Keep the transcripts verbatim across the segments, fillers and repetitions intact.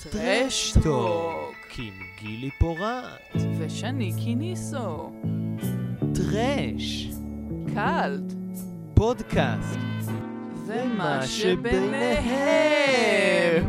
טרשטוק עם גילי פורט ושני קיניסו. טרש קלט פודקאסט ומה שביניהם.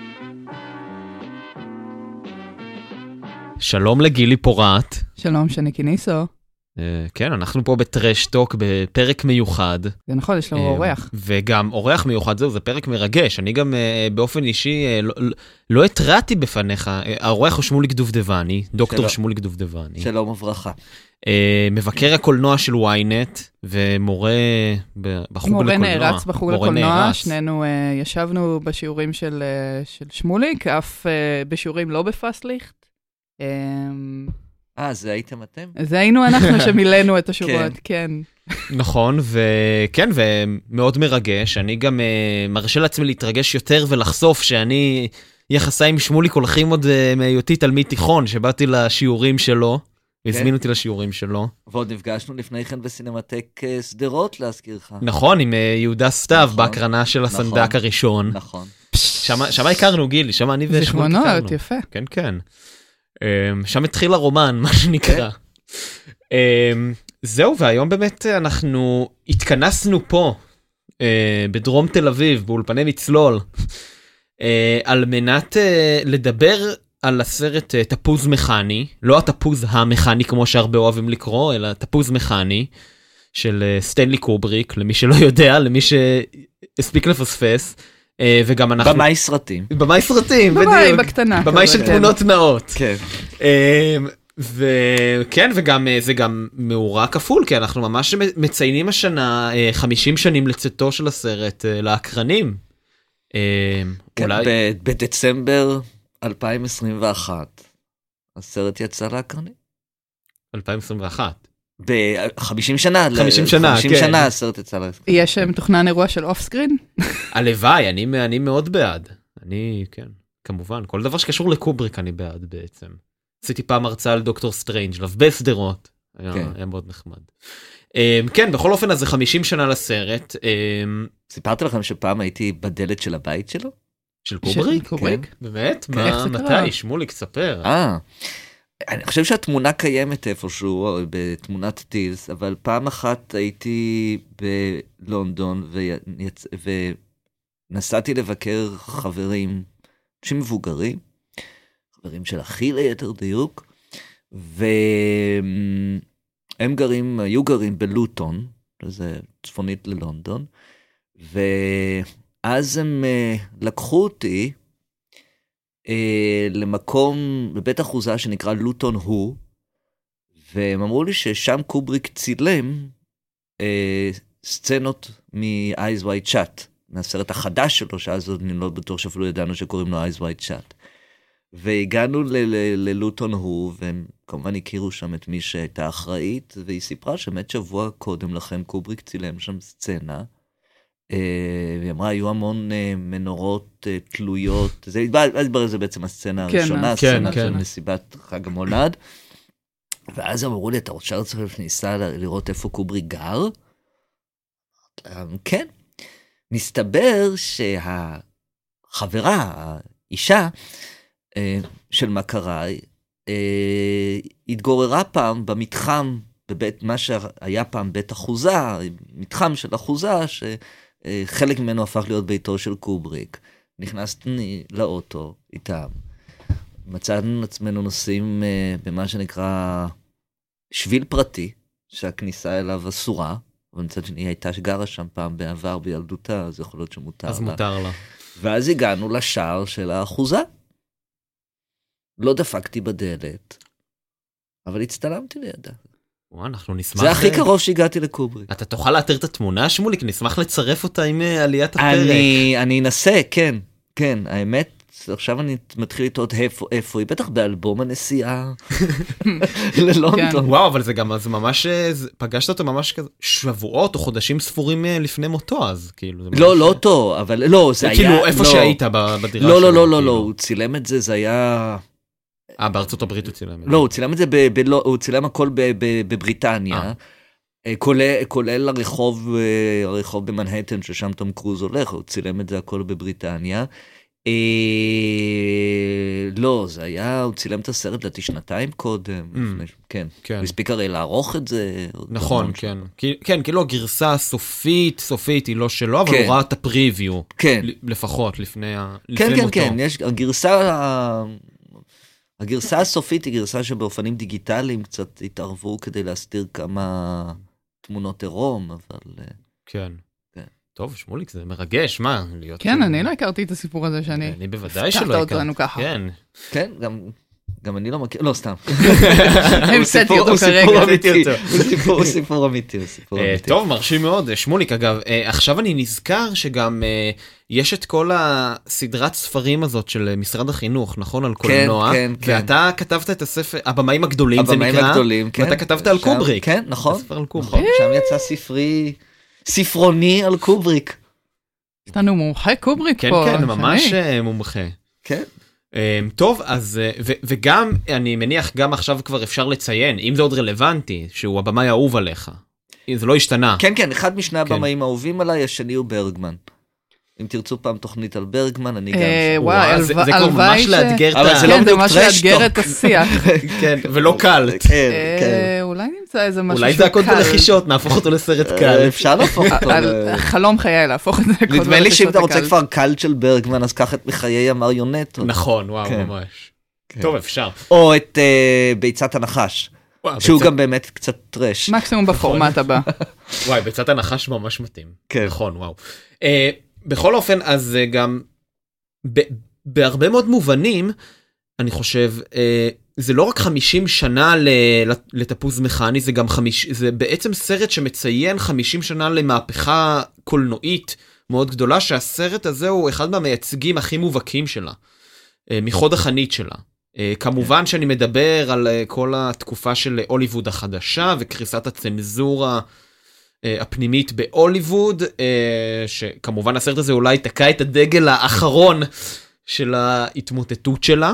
שלום לגילי פורט. שלום שני קיניסו. כן, אנחנו פה בטרשטוק בפרק מיוחד. זה נכון, יש לו אורח. וגם אורח מיוחד, זהו, זה פרק מרגש. אני גם באופן אישי לא התרעתי בפניך. האורח הוא שמוליק דובדבני, דוקטור שמוליק דובדבני. שלום וברכה. מבקר הקולנוע של וויינט, ומורה בחוג לקולנוע. מורה נערץ בחוג לקולנוע, שנינו ישבנו בשיעורים של שמוליק, אף בשיעורים לא בפסליכט. אה, זה הייתם אתם? זה היינו אנחנו שמילאנו את השורות, כן. נכון, וכן, ומאוד מרגש. אני גם מרשה לעצמי להתרגש יותר ולחשוף שאני יחסי עם שמוליק הולכים עוד מהיותי תלמיד תיכון, שבאתי לשיעורים שלו, הזמינו אותי לשיעורים שלו. ועוד נפגשנו לפני כן בסינמטק סדרות, להזכירך. נכון, עם יהודה סתיו, בהקרנה של הסנדק הראשון. נכון. שם הכרנו, גילי, שם אני ושמוליק הכרנו. זיכרונות, יפה. כן, כן. שם התחיל הרומן, מה שנקרא. זהו, והיום באמת אנחנו התכנסנו פה, בדרום תל אביב, באולפני מצלול, על מנת לדבר על הסרט תפוז מכני, לא התפוז המכני כמו שהרבה אוהבים לקרוא, אלא תפוז מכני, של סטנלי קובריק, למי שלא יודע, למי שהספיק לפספס, וגם אנחנו... במאי סרטים. במאי סרטים, בדיוק. במאי בקטנה. במאי של תמונות נאות. כן. וכן, וגם זה גם מאורע כפול, כי אנחנו ממש מציינים השנה חמישים שנים לצאתו של הסרט לאקרנים. כן, בדצמבר אלפיים עשרים ואחת, הסרט יצא לאקרנים. אלפיים עשרים ואחת. ב-חמישים שנה. חמישים שנה, כן. חמישים שנה הסרט יצא לאקרנים. יש מתוכנן אירוע של אוף סקרין? הלוואי, אני, אני מאוד בעד. אני, כן, כמובן. כל דבר שקשור לקובריק אני בעד בעצם. עשיתי פעם הרצאה על דוקטור סטרנג' לב בסדרות. היה, כן. היה מאוד נחמד. כן, בכל אופן, אז זה חמישים שנה לסרט. סיפרתי לכם שפעם הייתי בדלת של הבית שלו? של קובריק? של קובריק? כן. באמת? מה, מתי? שמוליק, ספר. אה. אני חושב שהתמונה קיימת איפשהו, בתמונת טילס, אבל פעם אחת הייתי בלונדון, ויצ... ונסעתי לבקר חברים, אנשים מבוגרים, חברים של אחי ליתר דיוק, והם גרים, היו גרים בלוטון, זה צפונית ללונדון, ואז הם לקחו אותי, למקום, בבית אחוזה שנקרא לוטון הו, והם אמרו לי ששם קובריק צילם אה, סצנות מ-Eyes Wide Shut, מהסרט החדש שלו, שאז עוד אני לא בטוח שאפילו ידענו שקוראים לו Eyes Wide Shut. והגענו ללוטון הו, והם כמובן הכירו שם את מי שהייתה אחראית, והיא סיפרה שמת שבוע קודם לכן קובריק צילם שם סצנה, והיא אמרה, היו המון מנורות תלויות, זה התברר זה בעצם הסצנה הראשונה, הסצנה של מסיבת חג המולד, ואז הם אמרו לי, אתה רוצה לצפות ניסה לראות איפה קובריק גר? כן. מסתבר שהחברה, האישה של מכריי, התגוררה פעם במתחם, בבית, מה שהיה פעם בית אחוזה, מתחם של אחוזה, ש... חלק ממנו הפך להיות ביתו של קובריק. נכנסתי לאוטו איתם. מצאנו עצמנו נוסעים במה שנקרא שביל פרטי, שהכניסה אליו אסורה, אבל מצד שני היא הייתה שגרה שם פעם בעבר בילדותה, אז יכול להיות שמותר לה. אז מותר לה. ואז הגענו לשער של האחוזה. לא דפקתי בדלת, אבל הצטלמתי לידה. אנחנו נשמח... זה הכי קרוב שהגעתי לקובריק. אתה תוכל לאתר את התמונה, שמוליק? נשמח לצרף אותה עם עליית הפרק. אני, אני אנסה, כן, כן, האמת, עכשיו אני מתחיל לטעות איפה, איפה, היא בטח באלבום הנסיעה ללונדון. וואו, אבל זה גם, אז ממש, פגשת אותו ממש כזה, שבועות או חודשים ספורים לפני מותו, אז כאילו... לא, לא אותו, אבל לא, זה היה... כאילו, איפה שהיית בדירה שלו. לא, לא, לא, לא, לא, הוא צילם את זה, זה היה... אה, בארצות הברית הוא צילם את זה. לא, הוא צילם את זה, הוא צילם הכל בבריטניה, כולל הרחוב, הרחוב במנהטן, ששם תום קרוז הולך, הוא צילם את זה הכל בבריטניה, לא, זה היה, הוא צילם את הסרט לדעתי שנתיים קודם, כן, הוא הספיק הרי לערוך את זה. נכון, כן, כן, כאילו הגרסה הסופית, סופית היא לא שלו, אבל הוא ראה את הפריוויו, לפחות לפני מותו. כן, כן, כן, יש הגרסה, הגרסה הסופית היא גרסה שבאופנים דיגיטליים קצת התערבו כדי להסתיר כמה תמונות עירום, אבל... כן. טוב, שמוליק, זה מרגש, מה? כן, אני לא הכרתי את הסיפור הזה שאני... אני בוודאי שלא הכרתי. אותנו ככה. כן. כן, גם אני לא מכיר, לא, סתם. הם סטי אותו כרגע. הוא סיפור אמיתי, הוא סיפור אמיתי. טוב, מרשים מאוד. שמוליק, אגב, עכשיו אני נזכר שגם יש את כל הסדרת ספרים הזאת של משרד החינוך, נכון? על קולנוע. כן, כן. ואתה כתבת את הספר, הבמאים הגדולים זה נקרא. הבמאים הגדולים, כן. ואתה כתבת על קובריק. כן, נכון. שם יצא ספרי... ספרוני על קובריק. יש לנו מומחה קובריק כן, פה. כן, כן, ממש מומחה. כן. טוב, אז, ו, וגם, אני מניח, גם עכשיו כבר אפשר לציין, אם זה עוד רלוונטי, שהוא הבמאי האהוב עליך. זה לא השתנה. כן, כן, אחד משני הבמאים האהובים עליי, השני הוא ברגמן. אם תרצו פעם תוכנית על ברגמן, אני גם... וואי, זה כבר ממש לאתגר את ה... אבל זה לא בדיוק לאתגר את השיח. כן, ולא קל. אולי נמצא איזה משהו אולי זה הכל בלחישות, נהפוך אותו לסרט קל. אפשר להפוך אותו. חלום חיי להפוך את זה. נדמה לי שאם אתה רוצה כבר קל של ברגמן, אז קח את מחיי המריונטות. נכון, וואו, ממש. טוב, אפשר. או את ביצת הנחש. שהוא גם באמת קצת טרש. מקסימום בפורמט הבא. וואי, ביצת הנחש ממש מתאים. נכון, וואו. בכל אופן, אז גם בהרבה מאוד מובנים, אני חושב, זה לא רק חמישים שנה לתפוז מכני, זה גם חמיש, זה בעצם סרט שמציין חמישים שנה למהפכה קולנועית מאוד גדולה, שהסרט הזה הוא אחד מהמייצגים הכי מובהקים שלה, מחוד החנית שלה. כמובן שאני מדבר על כל התקופה של הוליווד החדשה, וקריסת הצנזורה הפנימית בהוליווד, שכמובן הסרט הזה אולי תקע את הדגל האחרון של ההתמוטטות שלה.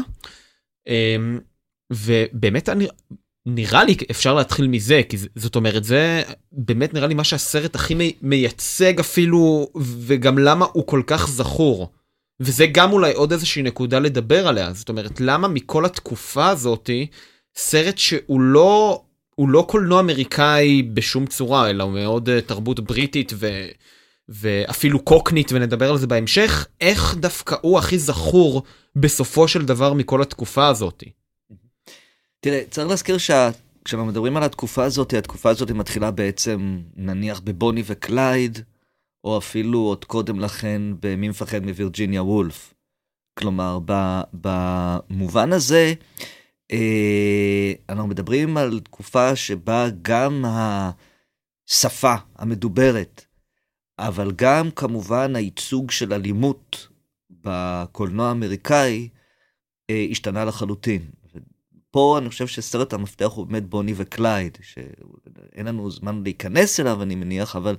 ובאמת אני, נראה לי אפשר להתחיל מזה, כי זאת אומרת, זה באמת נראה לי מה שהסרט הכי מייצג אפילו, וגם למה הוא כל כך זכור. וזה גם אולי עוד איזושהי נקודה לדבר עליה. זאת אומרת, למה מכל התקופה הזאת, סרט שהוא לא, הוא לא קולנוע אמריקאי בשום צורה, אלא הוא מאוד תרבות בריטית ו, ואפילו קוקנית, ונדבר על זה בהמשך, איך דווקא הוא הכי זכור בסופו של דבר מכל התקופה הזאת? תראה, צריך להזכיר שכשאנחנו מדברים על התקופה הזאת, התקופה הזאת מתחילה בעצם נניח בבוני וקלייד, או אפילו עוד קודם לכן במי מפחד מווירג'יניה וולף. כלומר, במובן הזה, אנחנו מדברים על תקופה שבה גם השפה המדוברת, אבל גם כמובן הייצוג של אלימות בקולנוע האמריקאי השתנה לחלוטין. פה אני חושב שסרט המפתח הוא באמת בוני וקלייד, שאין לנו זמן להיכנס אליו, אני מניח, אבל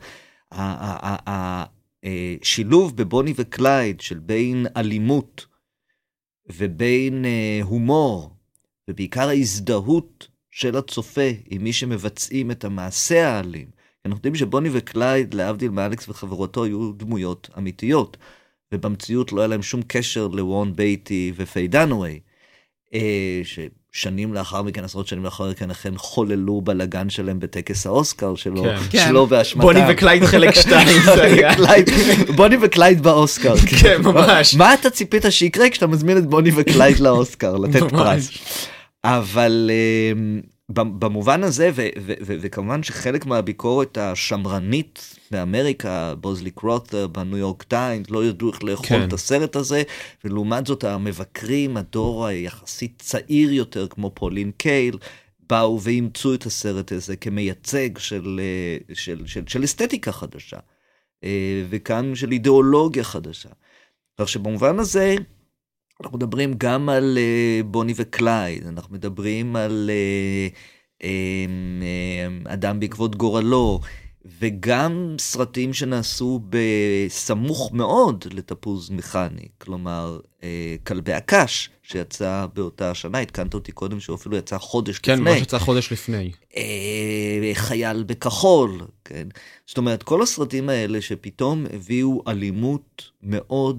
השילוב בבוני וקלייד של בין אלימות ובין הומור, ובעיקר ההזדהות של הצופה עם מי שמבצעים את המעשה האלים. אנחנו יודעים שבוני וקלייד, להבדיל מאלכס וחברותו, היו דמויות אמיתיות, ובמציאות לא היה להם שום קשר לוון בייטי ופיי דנווי, ששנים לאחר מכן, עשרות שנים לאחר מכן, אכן חוללו בלגן שלהם בטקס האוסקר שלו, כן. שלו באשמתם. בוני וקלייד חלק שתיים. בוני וקלייד באוסקר. כן, ממש. מה אתה ציפית שיקרה כשאתה מזמין את בוני וקלייד לאוסקר, לתת פרס? אבל במובן הזה, וכמובן שחלק מהביקורת השמרנית באמריקה, בוזלי קרוט'ר, בניו יורק טיימס, לא ידעו איך לאכול את הסרט הזה, ולעומת זאת המבקרים, הדור היחסית צעיר יותר, כמו פולין קייל, באו ואימצו את הסרט הזה כמייצג של, של, של, של אסתטיקה חדשה, וכאן של אידיאולוגיה חדשה. כך שבמובן הזה, אנחנו מדברים גם על uh, בוני וקלייד, אנחנו מדברים על uh, um, um, אדם בעקבות גורלו, וגם סרטים שנעשו בסמוך מאוד לתפוז מכני, כלומר uh, כלבי הקש, שיצא באותה שנה, התקנת אותי קודם שהוא אפילו יצא חודש כן, לפני. כן, מה שיצא חודש לפני. Uh, חייל בכחול, כן. זאת אומרת, כל הסרטים האלה שפתאום הביאו אלימות מאוד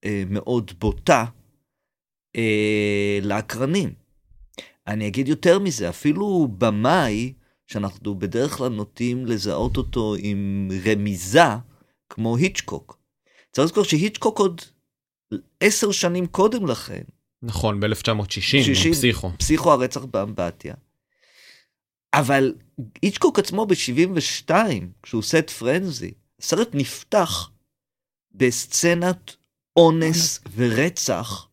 אה, מאוד בוטה אה, לאקרנים. אני אגיד יותר מזה, אפילו במאי, שאנחנו בדרך כלל נוטים לזהות אותו עם רמיזה, כמו היצ'קוק. צריך לזכור שהיצ'קוק עוד עשר שנים קודם לכן. נכון, ב-אלף תשע מאות שישים, פסיכו. פסיכו הרצח באמבטיה. אבל היצ'קוק עצמו ב-שבעים ושתיים, כשהוא עושה את פרנזי, הסרט נפתח בסצנת אונס ורצח,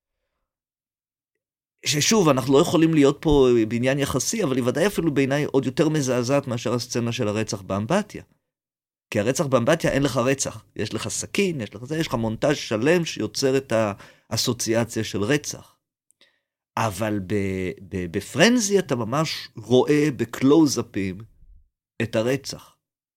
ששוב, אנחנו לא יכולים להיות פה בעניין יחסי, אבל היא ודאי אפילו בעיניי עוד יותר מזעזעת מאשר הסצנה של הרצח באמבטיה. כי הרצח באמבטיה אין לך רצח. יש לך סכין, יש לך זה, יש לך מונטאז' שלם שיוצר את האסוציאציה של רצח. אבל בפרנזי אתה ממש רואה בקלוז-אפים את הרצח.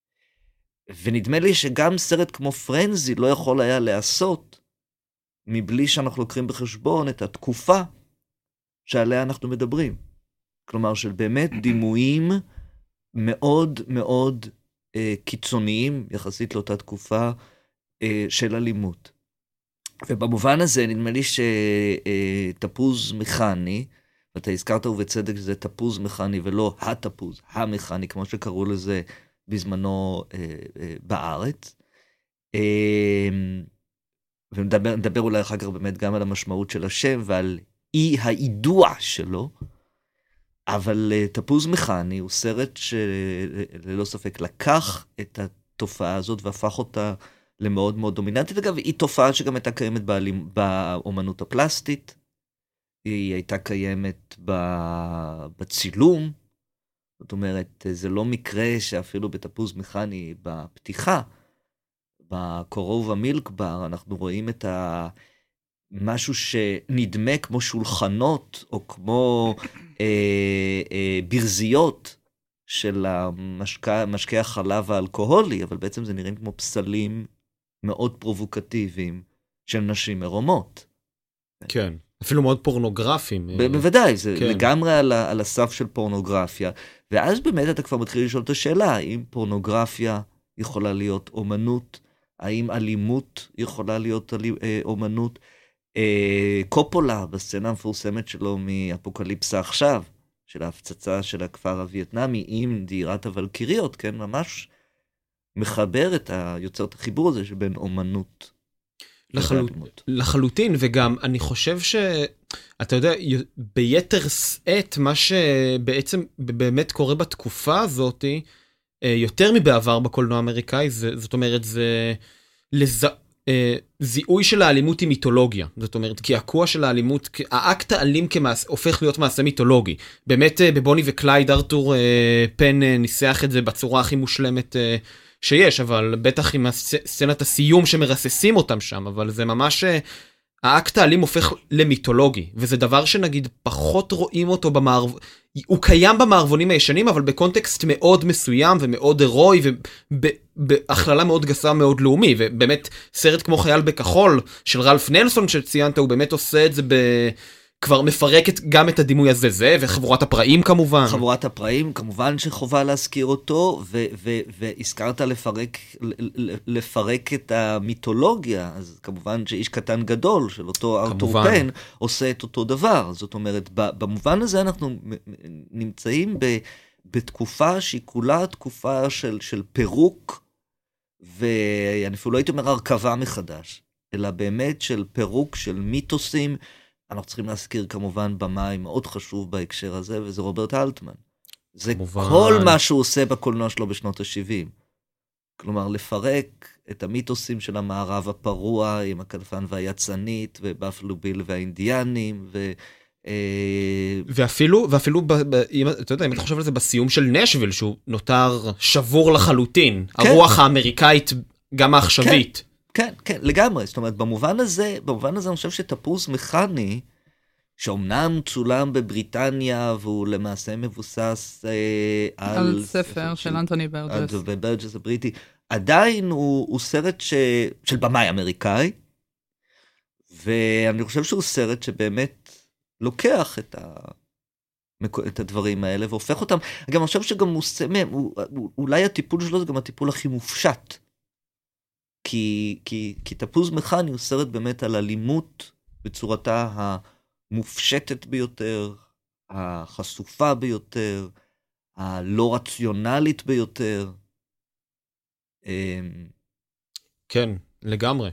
ונדמה לי שגם סרט כמו פרנזי לא יכול היה לעשות, מבלי שאנחנו לוקחים בחשבון את התקופה שעליה אנחנו מדברים. כלומר, של באמת דימויים מאוד מאוד אה, קיצוניים, יחסית לאותה תקופה אה, של אלימות. ובמובן הזה נדמה לי שתפוז מכני, ואתה הזכרת ובצדק שזה תפוז מכני ולא התפוז, המכני, כמו שקראו לזה בזמנו אה, אה, בארץ. אה, ונדבר נדבר אולי אחר כך באמת גם על המשמעות של השם ועל אי הידוע שלו, אבל תפוז מכני הוא סרט שללא ספק לקח את התופעה הזאת והפך אותה למאוד מאוד דומיננטית. אגב, היא תופעה שגם הייתה קיימת באומנות הפלסטית, היא הייתה קיימת בצילום, זאת אומרת, זה לא מקרה שאפילו בתפוז מכני בפתיחה, בקורוב המילקבר, אנחנו רואים את ה... משהו שנדמה כמו שולחנות, או כמו אה, אה, ברזיות של המשקע, משקי החלב האלכוהולי, אבל בעצם זה נראים כמו פסלים מאוד פרובוקטיביים של נשים מרומות. כן, אפילו מאוד פורנוגרפיים. ב- בוודאי, זה כן. לגמרי על, ה- על הסף של פורנוגרפיה, ואז באמת אתה כבר מתחיל לשאול את השאלה, האם פורנוגרפיה יכולה להיות אומנות, האם אלימות יכולה להיות אומנות, קופולה, בסצנה המפורסמת שלו מאפוקליפסה עכשיו, של ההפצצה של הכפר הווייטנאמי עם דירת הוולקיריות, כן, ממש מחבר את ה... יוצר את החיבור הזה שבין אומנות לחלוט... לחלוטין, וגם אני חושב שאתה יודע, ביתר שאת מה שבעצם באמת קורה בתקופה הזאת, יותר מבעבר בקולנוע האמריקאי, זאת אומרת, זה לז... זיהוי של האלימות היא מיתולוגיה. זאת אומרת, קעקוע של האלימות, האקט האלים כמעשה, הופך להיות מעשה מיתולוגי. באמת, בבוני וקלייד, ארתור פן ניסח את זה בצורה הכי מושלמת שיש, אבל בטח עם סצנת הסיום שמרססים אותם שם, אבל זה ממש... האקט האלים הופך למיתולוגי, וזה דבר שנגיד פחות רואים אותו במערב... הוא קיים במערבונים הישנים, אבל בקונטקסט מאוד מסוים ומאוד הרואי, ובהכללה מאוד גסה מאוד לאומי, ובאמת סרט כמו חייל בכחול של רלף נלסון שציינת, הוא באמת עושה את זה ב... כבר מפרקת גם את הדימוי הזה, זה, וחבורת הפראים כמובן. חבורת הפראים, כמובן שחובה להזכיר אותו, ו- ו- והזכרת לפרק, לפרק את המיתולוגיה, אז כמובן שאיש קטן גדול של אותו ארתור פן, עושה את אותו דבר. זאת אומרת, במובן הזה אנחנו נמצאים ב- בתקופה שהיא כולה תקופה של, של פירוק, ואני אפילו לא הייתי אומר הרכבה מחדש, אלא באמת של פירוק, של מיתוסים. אנחנו צריכים להזכיר כמובן במאי מאוד חשוב בהקשר הזה, וזה רוברט אלטמן. זה כמובן. כל מה שהוא עושה בקולנוע שלו בשנות ה-שבעים. כלומר, לפרק את המיתוסים של המערב הפרוע, עם הכנפן והיצנית, ובאפלו ביל והאינדיאנים, ו... ואפילו, ואפילו, ב, ב, אם, אתה יודע, אם אתה חושב על זה בסיום של נשוויל, שהוא נותר שבור לחלוטין, כן. הרוח האמריקאית גם העכשווית. כן. כן, כן, לגמרי. זאת אומרת, במובן הזה, במובן הזה אני חושב שתפוז מכני, שאומנם צולם בבריטניה, והוא למעשה מבוסס אה, על... על ספר של אנטוני ברג'ס. ברג'ס הבריטי. עדיין הוא, הוא סרט ש, של במאי אמריקאי, ואני חושב שהוא סרט שבאמת לוקח את, ה, את הדברים האלה, והופך אותם. גם אני חושב שגם הוא, הוא, אולי הטיפול שלו זה גם הטיפול הכי מופשט. כי, כי, כי תפוז מכני הוא סרט באמת על אלימות בצורתה המופשטת ביותר, החשופה ביותר, הלא רציונלית ביותר. כן, לגמרי.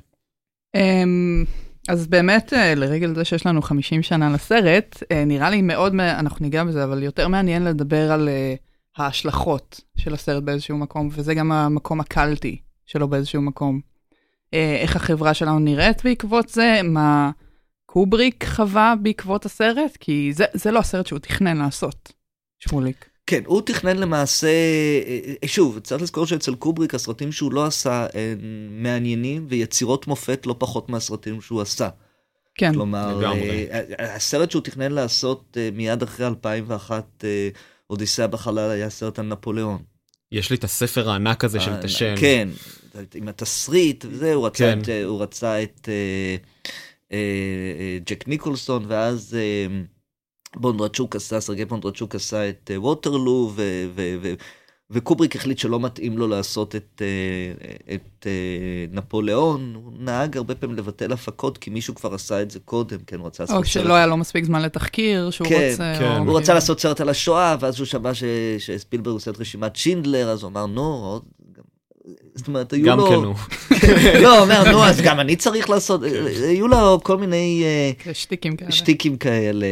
אז באמת, לרגל זה שיש לנו חמישים שנה לסרט, נראה לי מאוד, אנחנו ניגע בזה, אבל יותר מעניין לדבר על ההשלכות של הסרט באיזשהו מקום, וזה גם המקום הקלטי שלו באיזשהו מקום. איך החברה שלנו נראית בעקבות זה, מה קובריק חווה בעקבות הסרט, כי זה, זה לא הסרט שהוא תכנן לעשות, שמוליק. כן, הוא תכנן למעשה, שוב, צריך לזכור שאצל קובריק הסרטים שהוא לא עשה הם מעניינים, ויצירות מופת לא פחות מהסרטים שהוא עשה. כן. כלומר, לגמרי. הסרט שהוא תכנן לעשות מיד אחרי אלפיים ואחת, אודיסאה בחלל, היה סרט על נפוליאון. יש לי את הספר הענק הזה של תשן. כן, עם התסריט, וזה, הוא רצה, כן. את, הוא רצה את אה, אה, ג'ק ניקולסון, ואז אה, בונדרצ'וק עשה, סרגי בונדרצ'וק עשה את אה, ווטרלו, ו, ו, ו, וקובריק החליט שלא מתאים לו לעשות את, אה, את אה, נפוליאון. הוא נהג הרבה פעמים לבטל הפקות, כי מישהו כבר עשה את זה קודם, כן, הוא רצה לעשות או שלא היה לו מספיק זמן לתחקיר, שהוא כן, רוצה... כן. או... הוא רצה לעשות סרט על השואה, ואז הוא שמע ש... שספילברג עושה את רשימת שינדלר, אז הוא אמר, נו, עוד... זאת אומרת, היו גם לו... כן הוא. לא, הוא אומר, נו, אז גם אני צריך לעשות... היו לו כל מיני... שטיקים כאלה. שטיקים כאלה.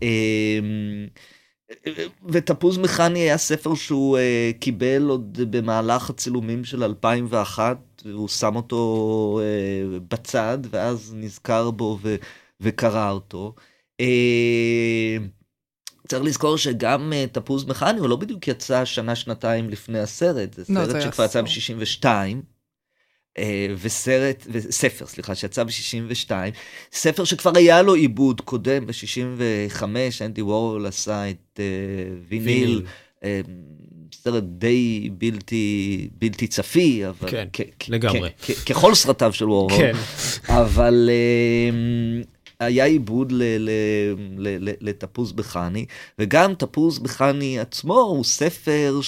ותפוז מכני היה ספר שהוא קיבל עוד במהלך הצילומים של אלפיים ואחת, והוא שם אותו בצד, ואז נזכר בו ו... וקרא אותו. צריך לזכור שגם תפוז מכני הוא לא בדיוק יצא שנה-שנתיים לפני הסרט, זה סרט שכבר יצא ב-שישים ושתיים, וסרט, וספר, סליחה, שיצא ב-שישים ושתיים, ספר שכבר היה לו עיבוד קודם, ב-שישים וחמש, אנדי וורול עשה את ויניל, סרט די בלתי, בלתי צפי, אבל... כן, לגמרי. ככל סרטיו של וורול. כן. אבל... היה עיבוד לתפוז מכני, וגם תפוז מכני עצמו הוא ספר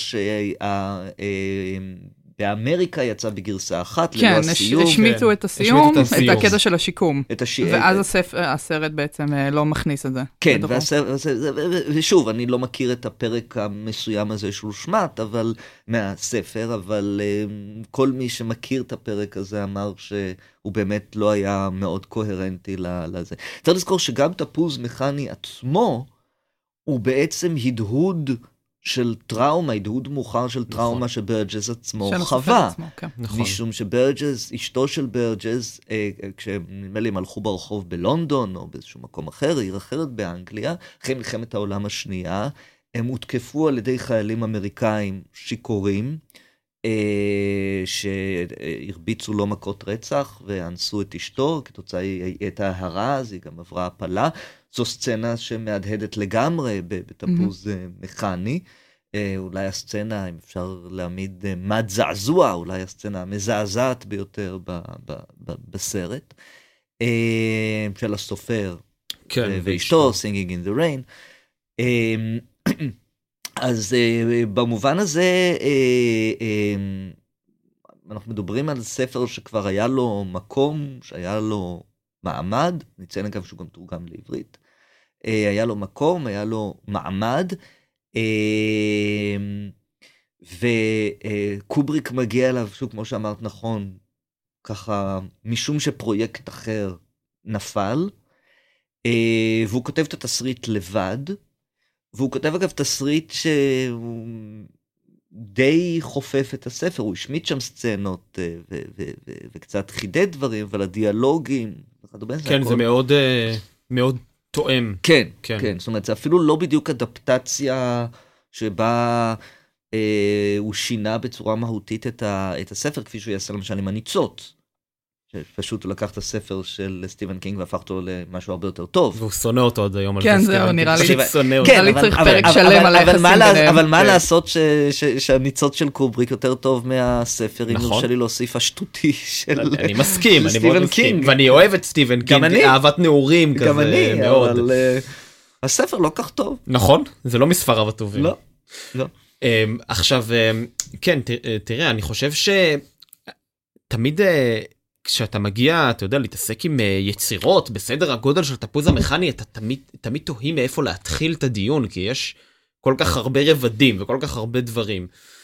שבאמריקה יצא בגרסה אחת, ללא הסיום. כן, השמיטו את הסיום, את הקטע של השיקום. ואז הסרט בעצם לא מכניס את זה. כן, ושוב, אני לא מכיר את הפרק המסוים הזה שהוא שמט, אבל מהספר, אבל כל מי שמכיר את הפרק הזה אמר שהוא באמת לא היה מאוד קוהרנטי לזה. צריך לזכור שגם תפוז מכני עצמו, הוא בעצם הדהוד של טראומה, הדהוד מאוחר של טראומה נכון. שברג'ס עצמו חווה. עצמו, כן. נכון. משום שברג'ס, אשתו של ברג'ס, אה, כשנדמה לי הם הלכו ברחוב בלונדון, או באיזשהו מקום אחר, עיר אחרת באנגליה, אחרי מלחמת העולם השנייה, הם הותקפו על ידי חיילים אמריקאים שיכורים, אה, שהרביצו לו מכות רצח, ואנסו את אשתו, כתוצאה היא הייתה הרע, אז היא גם עברה הפלה, זו סצנה שמהדהדת לגמרי בתפוז mm-hmm. מכני, אולי הסצנה, אם אפשר להעמיד מד זעזוע, אולי הסצנה המזעזעת ביותר ב- ב- ב- בסרט, של הסופר כן, ואשתו, Singing in the Rain. אז במובן הזה, אנחנו מדברים על ספר שכבר היה לו מקום, שהיה לו מעמד, נציין אגב שהוא גם תורגם לעברית, היה לו מקום, היה לו מעמד, וקובריק מגיע אליו, שוב כמו שאמרת נכון, ככה משום שפרויקט אחר נפל, והוא כותב את התסריט לבד, והוא כותב אגב תסריט שהוא די חופף את הספר, הוא השמיט שם סצנות ו- ו- ו- וקצת חידד דברים, אבל הדיאלוגים, כן, זה מאוד, מאוד תואם. כן, כן, כן, זאת אומרת, זה אפילו לא בדיוק אדפטציה שבה אה, הוא שינה בצורה מהותית את, ה- את הספר, כפי שהוא יעשה למשל עם הניצוץ. שפשוט הוא לקח את הספר של סטיבן קינג והפך אותו למשהו הרבה יותר טוב. והוא שונא אותו עד היום. כן, זהו, נראה לי צריך פרק שלם על היחסים ביניהם. אבל מה לעשות שהניצוץ של קובריק יותר טוב מהספר, אם יורשה לי להוסיף השטותי של סטיבן קינג. אני מסכים, אני מאוד מסכים. ואני אוהב את סטיבן קינג, אהבת נעורים כזה מאוד. גם אני, אבל הספר לא כך טוב. נכון, זה לא מספריו הטובים. לא, לא. עכשיו, כן, תראה, אני חושב ש... תמיד כשאתה מגיע, אתה יודע, להתעסק עם יצירות בסדר הגודל של תפוז המכני, אתה תמיד, תמיד תוהים מאיפה להתחיל את הדיון, כי יש כל כך הרבה רבדים וכל כך הרבה דברים.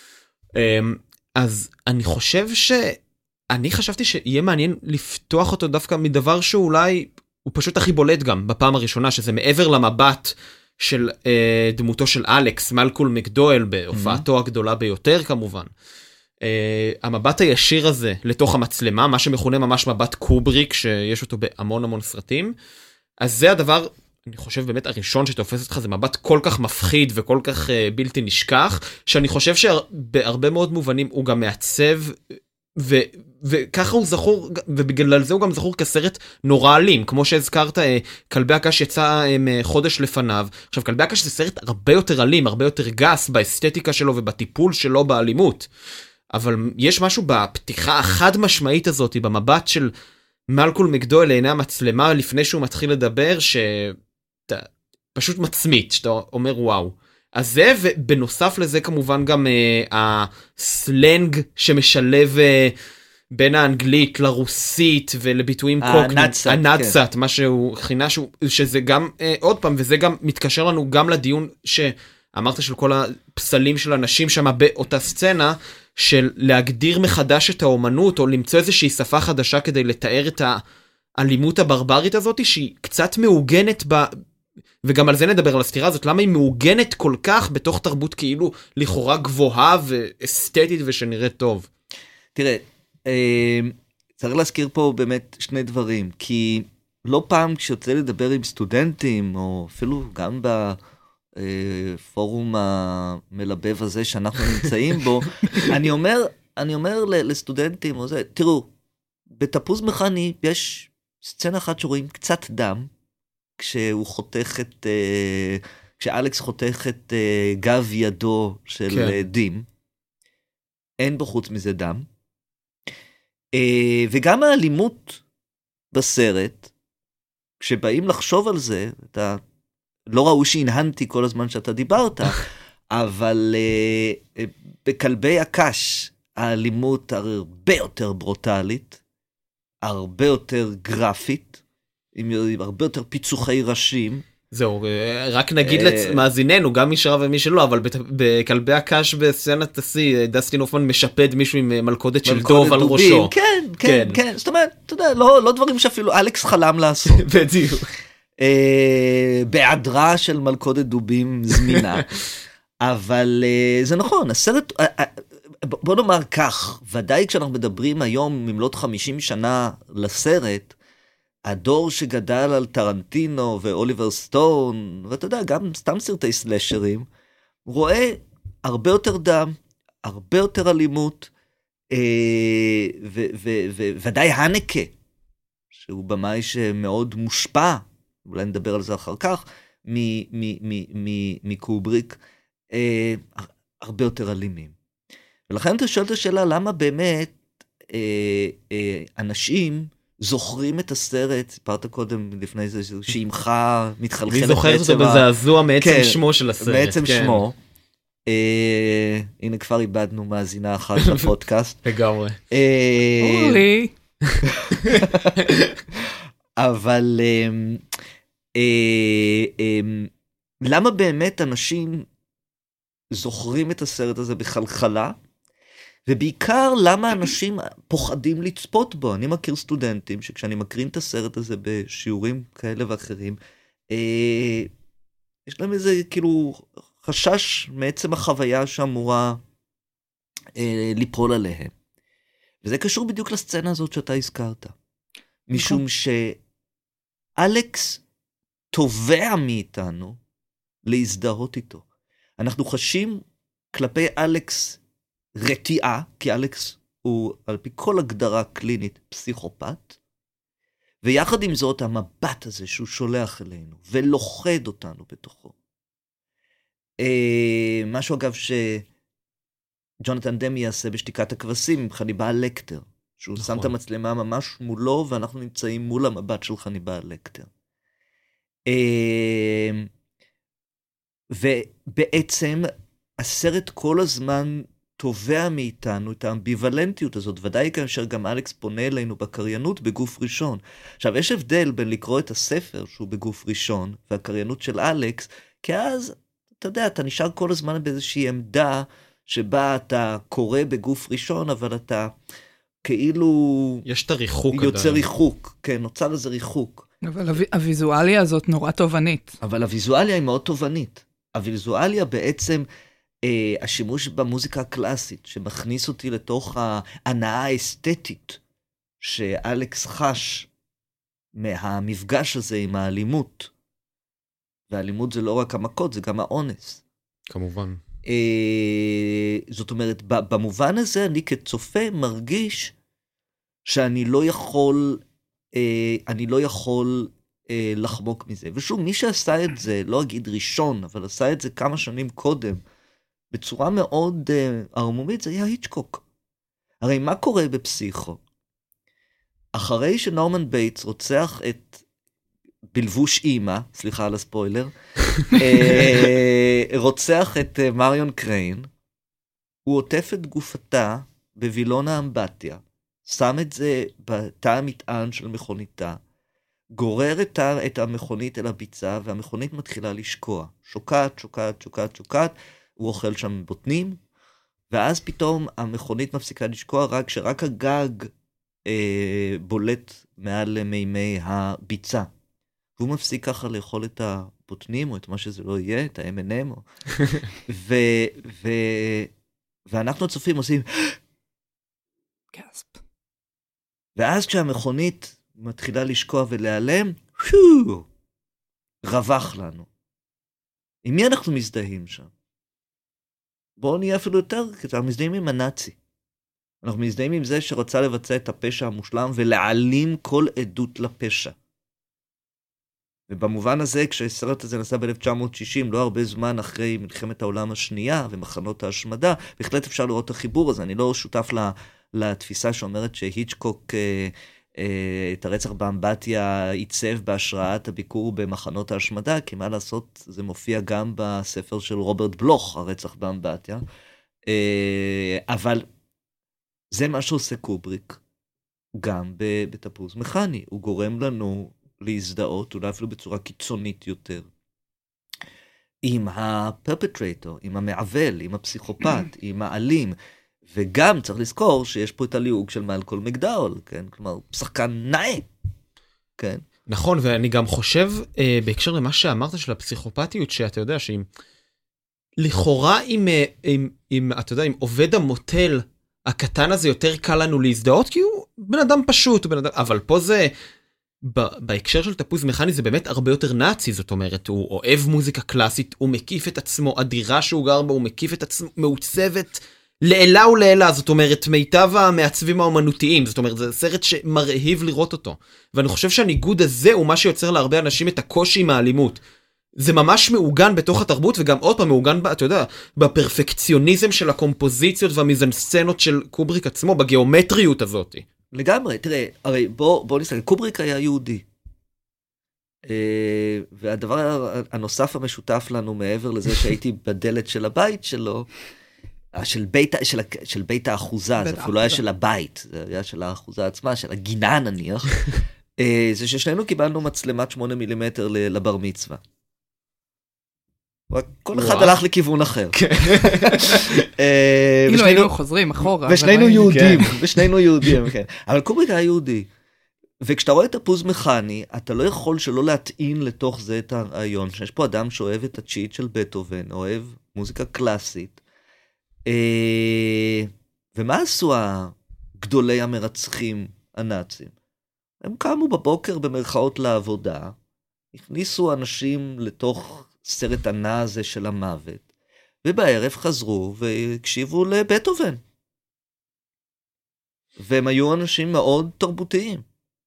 אז אני חושב ש... אני חשבתי שיהיה מעניין לפתוח אותו דווקא מדבר שאולי הוא פשוט הכי בולט גם בפעם הראשונה, שזה מעבר למבט של אה, דמותו של אלכס, מלקול מקדואל, בהופעתו הגדולה ביותר כמובן. אה, המבט הישיר הזה לתוך המצלמה, מה שמכונה ממש מבט קובריק, שיש אותו בהמון המון סרטים. אז זה הדבר, אני חושב באמת הראשון שתופס אותך, זה מבט כל כך מפחיד וכל כך אה, בלתי נשכח, שאני חושב שבהרבה מאוד מובנים הוא גם מעצב... ו, וככה הוא זכור, ובגלל זה הוא גם זכור כסרט נורא אלים, כמו שהזכרת, כלבי הקש יצא חודש לפניו. עכשיו, כלבי הקש זה סרט הרבה יותר אלים, הרבה יותר גס באסתטיקה שלו ובטיפול שלו באלימות. אבל יש משהו בפתיחה החד משמעית הזאת, במבט של מלקול מקדואל לעיני המצלמה לפני שהוא מתחיל לדבר, שפשוט מצמית, שאתה אומר וואו. אז זה, ובנוסף לזה כמובן גם אה, הסלנג שמשלב אה, בין האנגלית לרוסית ולביטויים קוקנים. הנאצת. הנאצת, כן. מה שהוא חינה, שהוא, שזה גם, אה, עוד פעם, וזה גם מתקשר לנו גם לדיון שאמרת של כל הפסלים של אנשים שם באותה סצנה, של להגדיר מחדש את האומנות, או למצוא איזושהי שפה חדשה כדי לתאר את האלימות הברברית הזאת, שהיא קצת מעוגנת ב... וגם על זה נדבר, על הסתירה הזאת, למה היא מעוגנת כל כך בתוך תרבות כאילו לכאורה גבוהה ואסתטית ושנראית טוב. תראה, צריך להזכיר פה באמת שני דברים, כי לא פעם כשיוצא לדבר עם סטודנטים, או אפילו גם בפורום המלבב הזה שאנחנו נמצאים בו, אני אומר, אני אומר לסטודנטים, תראו, בתפוז מכני יש סצנה אחת שרואים קצת דם, כשהוא חותך את, כשאלכס חותך את גב ידו של כן. דים, אין בו חוץ מזה דם, וגם האלימות בסרט, כשבאים לחשוב על זה, אתה, לא ראו שהנהנתי כל הזמן שאתה דיברת, אבל בכלבי הקש, האלימות הרבה יותר ברוטלית, הרבה יותר גרפית, עם הרבה יותר פיצוחי ראשים. זהו, רק נגיד למאזיננו, גם מי שראה ומי שלא, אבל בכלבי הקש בסצנת השיא, דסטין הופמן משפד מישהו עם מלכודת של דוב על ראשו. כן, כן, כן. זאת אומרת, אתה יודע, לא דברים שאפילו אלכס חלם לעשות. בדיוק. בהיעדרה של מלכודת דובים זמינה. אבל זה נכון, הסרט... בוא נאמר כך, ודאי כשאנחנו מדברים היום ממלאת חמישים שנה לסרט, הדור שגדל על טרנטינו ואוליבר סטון, ואתה יודע, גם סתם סרטי סלשרים, רואה הרבה יותר דם, הרבה יותר אלימות, וודאי הנקה, שהוא במאי שמאוד מושפע, אולי נדבר על זה אחר כך, מקובריק, הרבה יותר אלימים. ולכן אתה שואל את השאלה, למה באמת אנשים זוכרים את הסרט, סיפרת קודם לפני זה, שאימך מתחלחלת. אני זוכרת אותו בזעזוע מעצם שמו של הסרט. מעצם שמו. הנה כבר איבדנו מאזינה אחת לפודקאסט. לגמרי. אורי. אבל למה באמת אנשים זוכרים את הסרט הזה בחלחלה? ובעיקר למה אנשים פוחדים לצפות בו. אני מכיר סטודנטים שכשאני מקרין את הסרט הזה בשיעורים כאלה ואחרים, אה, יש להם איזה כאילו חשש מעצם החוויה שאמורה אה, ליפול עליהם. וזה קשור בדיוק לסצנה הזאת שאתה הזכרת. משום שאלכס תובע מאיתנו להזדהות איתו. אנחנו חשים כלפי אלכס רתיעה, כי אלכס הוא על פי כל הגדרה קלינית פסיכופת, ויחד עם זאת המבט הזה שהוא שולח אלינו, ולוחד אותנו בתוכו. אה, משהו אגב שג'ונתן דמי יעשה בשתיקת הכבשים עם חניבעל לקטר, שהוא נכון. שם את המצלמה ממש מולו, ואנחנו נמצאים מול המבט של חניבעל לקטר. אה, ובעצם הסרט כל הזמן תובע מאיתנו את האמביוולנטיות הזאת, ודאי כאשר גם אלכס פונה אלינו בקריינות בגוף ראשון. עכשיו, יש הבדל בין לקרוא את הספר שהוא בגוף ראשון, והקריינות של אלכס, כי אז, אתה יודע, אתה נשאר כל הזמן באיזושהי עמדה, שבה אתה קורא בגוף ראשון, אבל אתה כאילו... יש את הריחוק יוצר עדיין. ריחוק, כן, נוצר איזה ריחוק. אבל הוו- הוויזואליה הזאת נורא תובנית. אבל הוויזואליה היא מאוד תובנית. הוויזואליה בעצם, אה, השימוש במוזיקה הקלאסית, שמכניס אותי לתוך ההנאה האסתטית, שאלכס חש מהמפגש הזה עם האלימות. והאלימות זה לא רק המכות, זה גם האונס. כמובן. אה, זאת אומרת, במובן הזה אני כצופה מרגיש שאני לא יכול, אה, אני לא יכול אה, לחמוק מזה. ושוב, מי שעשה את זה, לא אגיד ראשון, אבל עשה את זה כמה שנים קודם, בצורה מאוד אה, ערמומית, זה היה היצ'קוק. הרי מה קורה בפסיכו? אחרי שנורמן בייטס רוצח את בלבוש אימא, סליחה על הספוילר, רוצח את מריון קריין, הוא עוטף את גופתה בווילון האמבטיה, שם את זה בתא המטען של מכוניתה, גורר את המכונית אל הביצה, והמכונית מתחילה לשקוע. שוקעת, שוקעת, שוקעת, שוקעת, הוא אוכל שם בוטנים, ואז פתאום המכונית מפסיקה לשקוע, רק שרק הגג אה, בולט מעל מימי הביצה. והוא מפסיק ככה לאכול את הבוטנים, או את מה שזה לא יהיה, את ה-אם אנד אם, או... ו... ו... ואנחנו הצופים עושים... גספ. ואז כשהמכונית מתחילה לשקוע ולהיעלם, חיו, רווח לנו. עם מי אנחנו מזדהים שם? בואו נהיה אפילו יותר, כי אנחנו מזדהים עם הנאצי. אנחנו מזדהים עם זה שרצה לבצע את הפשע המושלם, ולהעלים כל עדות לפשע. ובמובן הזה, כשהסרט הזה נסע ב-אלף תשע מאות שישים, לא הרבה זמן אחרי מלחמת העולם השנייה ומחנות ההשמדה, בהחלט אפשר לראות את החיבור הזה. אני לא שותף לתפיסה שאומרת שהיצ'קוק אה, אה, את הרצח באמבטיה עיצב בהשראת הביקור במחנות ההשמדה, כי מה לעשות, זה מופיע גם בספר של רוברט בלוך, הרצח באמבטיה. אה, אבל זה מה שעושה קובריק, גם בתפוז מכני. הוא גורם לנו להזדהות, אולי אפילו בצורה קיצונית יותר, עם הפרפטרייטור, עם המעבל, עם הפסיכופת, עם האלים, וגם צריך לזכור שיש פה את הליהוג של מלקולם מקדאול, כן? כלומר, שחקן נאה, כן? נכון, ואני גם חושב, אה, בהקשר למה שאמרת של הפסיכופתיות, שאתה יודע שאם, לכאורה עם, עם, עם, אתה יודע, עם עובד המוטל, הקטן הזה יותר קל לנו להזדהות, כי הוא בן אדם פשוט, בן אדם, אבל פה זה, בהקשר של תפוז מכני זה באמת הרבה יותר נאצי, זאת אומרת, הוא אוהב מוזיקה קלאסית, הוא מקיף את עצמו, הדירה שהוא גר בה, הוא מקיף את עצמו, מעוצבת לעילה ולעילה, זאת אומרת, מיטב המעצבים האומנותיים, זאת אומרת, זה סרט שמרהיב לראות אותו. ואני חושב שהניגוד הזה הוא מה שיוצר להרבה אנשים את הקושי עם האלימות. זה ממש מעוגן בתוך התרבות, וגם עוד פעם מעוגן, אתה יודע, בפרפקציוניזם של הקומפוזיציות והמיזנסצנות של קובריק עצמו, בגיאומטריות הזאת. לגמרי, תראה, הרי בוא, בוא נסתכל, קובריק היה יהודי. אה, והדבר הנוסף המשותף לנו, מעבר לזה שהייתי בדלת של הבית שלו, של בית, של, של בית האחוזה, זה אפילו לא היה של הבית, זה היה של האחוזה עצמה, של הגינה נניח, אה, זה ששנינו קיבלנו מצלמת שמונה מילימטר לבר מצווה. כל אחד הלך לכיוון אחר. אילו היינו חוזרים אחורה. ושנינו יהודים, ושנינו יהודים, כן. אבל קובריק היה יהודי. וכשאתה רואה את תפוז מכני, אתה לא יכול שלא להטעין לתוך זה את הרעיון, שיש פה אדם שאוהב את התשיעית של בטהובן, אוהב מוזיקה קלאסית. ומה עשו הגדולי המרצחים הנאצים? הם קמו בבוקר במרכאות לעבודה, הכניסו אנשים לתוך סרט הנע הזה של המוות, ובערב חזרו והקשיבו לבטהובן. והם היו אנשים מאוד תרבותיים.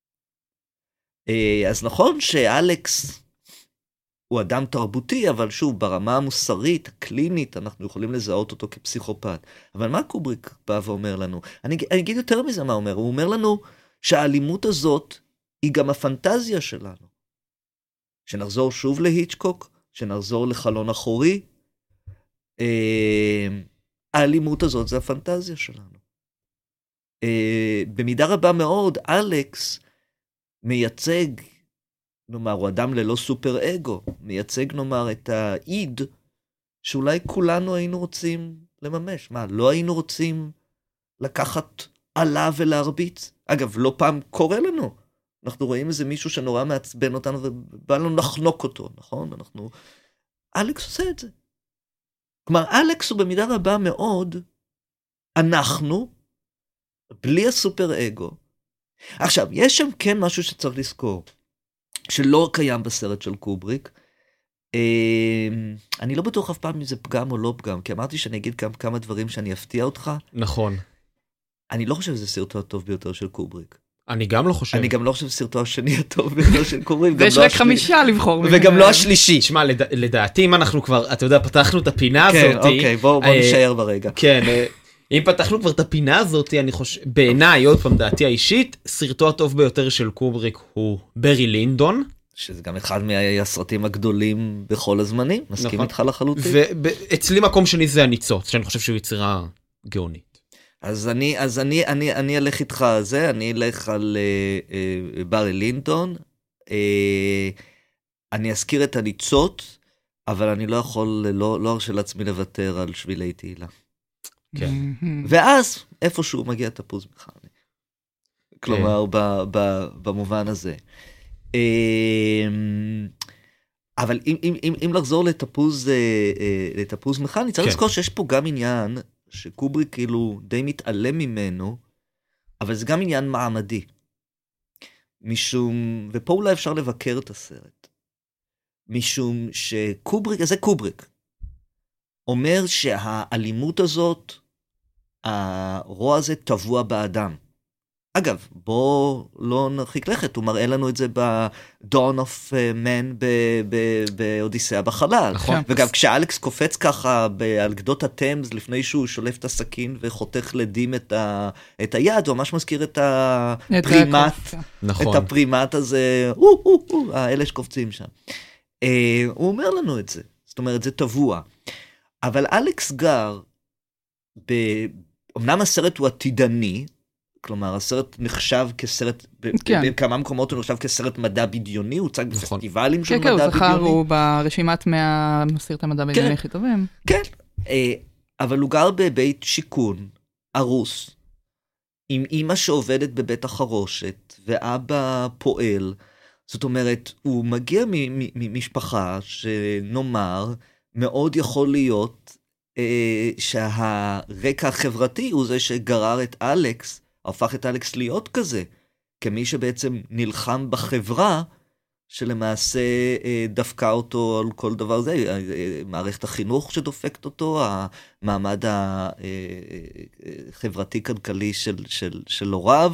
אז נכון שאלכס הוא אדם תרבותי, אבל שוב, ברמה המוסרית, הקלינית, אנחנו יכולים לזהות אותו כפסיכופת. אבל מה קובריק בא ואומר לנו? אני, אני אגיד יותר מזה מה אומר. הוא אומר לנו שהאלימות הזאת היא גם הפנטזיה שלנו. שנחזור שוב להיצ'קוק, שנחזור לחלון אחורי. האלימות הזאת זה הפנטזיה שלנו. אה, במידה רבה מאוד, אלכס מייצג, נאמר, הוא אדם ללא סופר אגו, מייצג, נאמר, את האיד, שאולי כולנו היינו רוצים לממש. מה, לא היינו רוצים לקחת עלה ולהרביץ? אגב, לא פעם קורה לנו. אנחנו רואים איזה מישהו שנורא מעצבן אותנו, ובא לנו לחנוק אותו, נכון? אנחנו... אלכס עושה את זה. כלומר, אלכס הוא במידה רבה מאוד, אנחנו, בלי הסופר אגו. עכשיו, יש שם כן משהו שצריך לזכור, שלא קיים בסרט של קובריק. אני לא בטוח אף פעם אם זה פגם או לא פגם, כי אמרתי שאני אגיד כמה דברים שאני אפתיע אותך. נכון. אני לא חושב שזה סרטו הטוב ביותר של קובריק. אני גם לא חושב. אני גם לא חושב סרטו השני הטוב ביותר של קובריק. ויש רק חמישה לבחור. וגם לא השלישי. תשמע, לדעתי אם אנחנו כבר, אתה יודע, פתחנו את הפינה הזאת. כן, אוקיי, בואו נשאר ברגע. כן, אם פתחנו כבר את הפינה הזאת, אני חושב, בעיניי, עוד פעם דעתי האישית, סרטו הטוב ביותר של קובריק הוא ברי לינדון. שזה גם אחד מהסרטים הגדולים בכל הזמנים, מסכים איתך לחלוטין. ואצלי מקום שני זה הניצוץ, שאני חושב שהוא יצירה גאונית. אז אני, אז אני, אני, אני אלך איתך על זה, אני אלך על uh, uh, ברי לינדון, uh, אני אזכיר את הניצוץ, אבל אני לא יכול, לא, לא ארשה לעצמי לוותר על שבילי תהילה. כן. ואז איפשהו מגיע תפוז מכני. כלומר, ב, ב, במובן הזה. אבל אם, אם, אם, אם לחזור לתפוז, לתפוז מכני, צריך לזכור שיש פה גם עניין שקובריק כאילו די מתעלם ממנו, אבל זה גם עניין מעמדי. משום, ופה אולי אפשר לבקר את הסרט, משום שקובריק, זה קובריק, אומר שהאלימות הזאת, הרוע הזה טבוע באדם. אגב, בוא לא נרחיק לכת, הוא מראה לנו את זה ב-Dawn of Man באודיסאה בחלל. נכון. וגם כשאלכס קופץ ככה על גדות הטמז, לפני שהוא שולף את הסכין וחותך לדים את, ה... את היד, הוא ממש מזכיר את הפרימט, נכון. את הפרימט הזה, האלה שקופצים שם. הוא אומר לנו את זה, זאת אומרת, זה טבוע. אבל אלכס גר, ב... אמנם הסרט הוא עתידני, כלומר, הסרט נחשב כסרט, כן. בכמה מקומות הוא נחשב כסרט מדע בדיוני, הוא הוצג נכון. בפסטיבלים של כן, מדע כן, בדיוני. הוא זכר, הוא ברשימת מהסרט המדע בדיוני הכי טובים. כן, אבל הוא גר בבית שיכון, ארוס, עם אמא שעובדת בבית החרושת, ואבא פועל. זאת אומרת, הוא מגיע ממשפחה שנאמר, מאוד יכול להיות שהרקע החברתי הוא זה שגרר את אלכס, הפך את אלכס להיות כזה, כמי שבעצם נלחם בחברה, שלמעשה דפקה אותו על כל דבר זה, מערכת החינוך שדופקת אותו, המעמד החברתי-כלכלי של, של, של הוריו.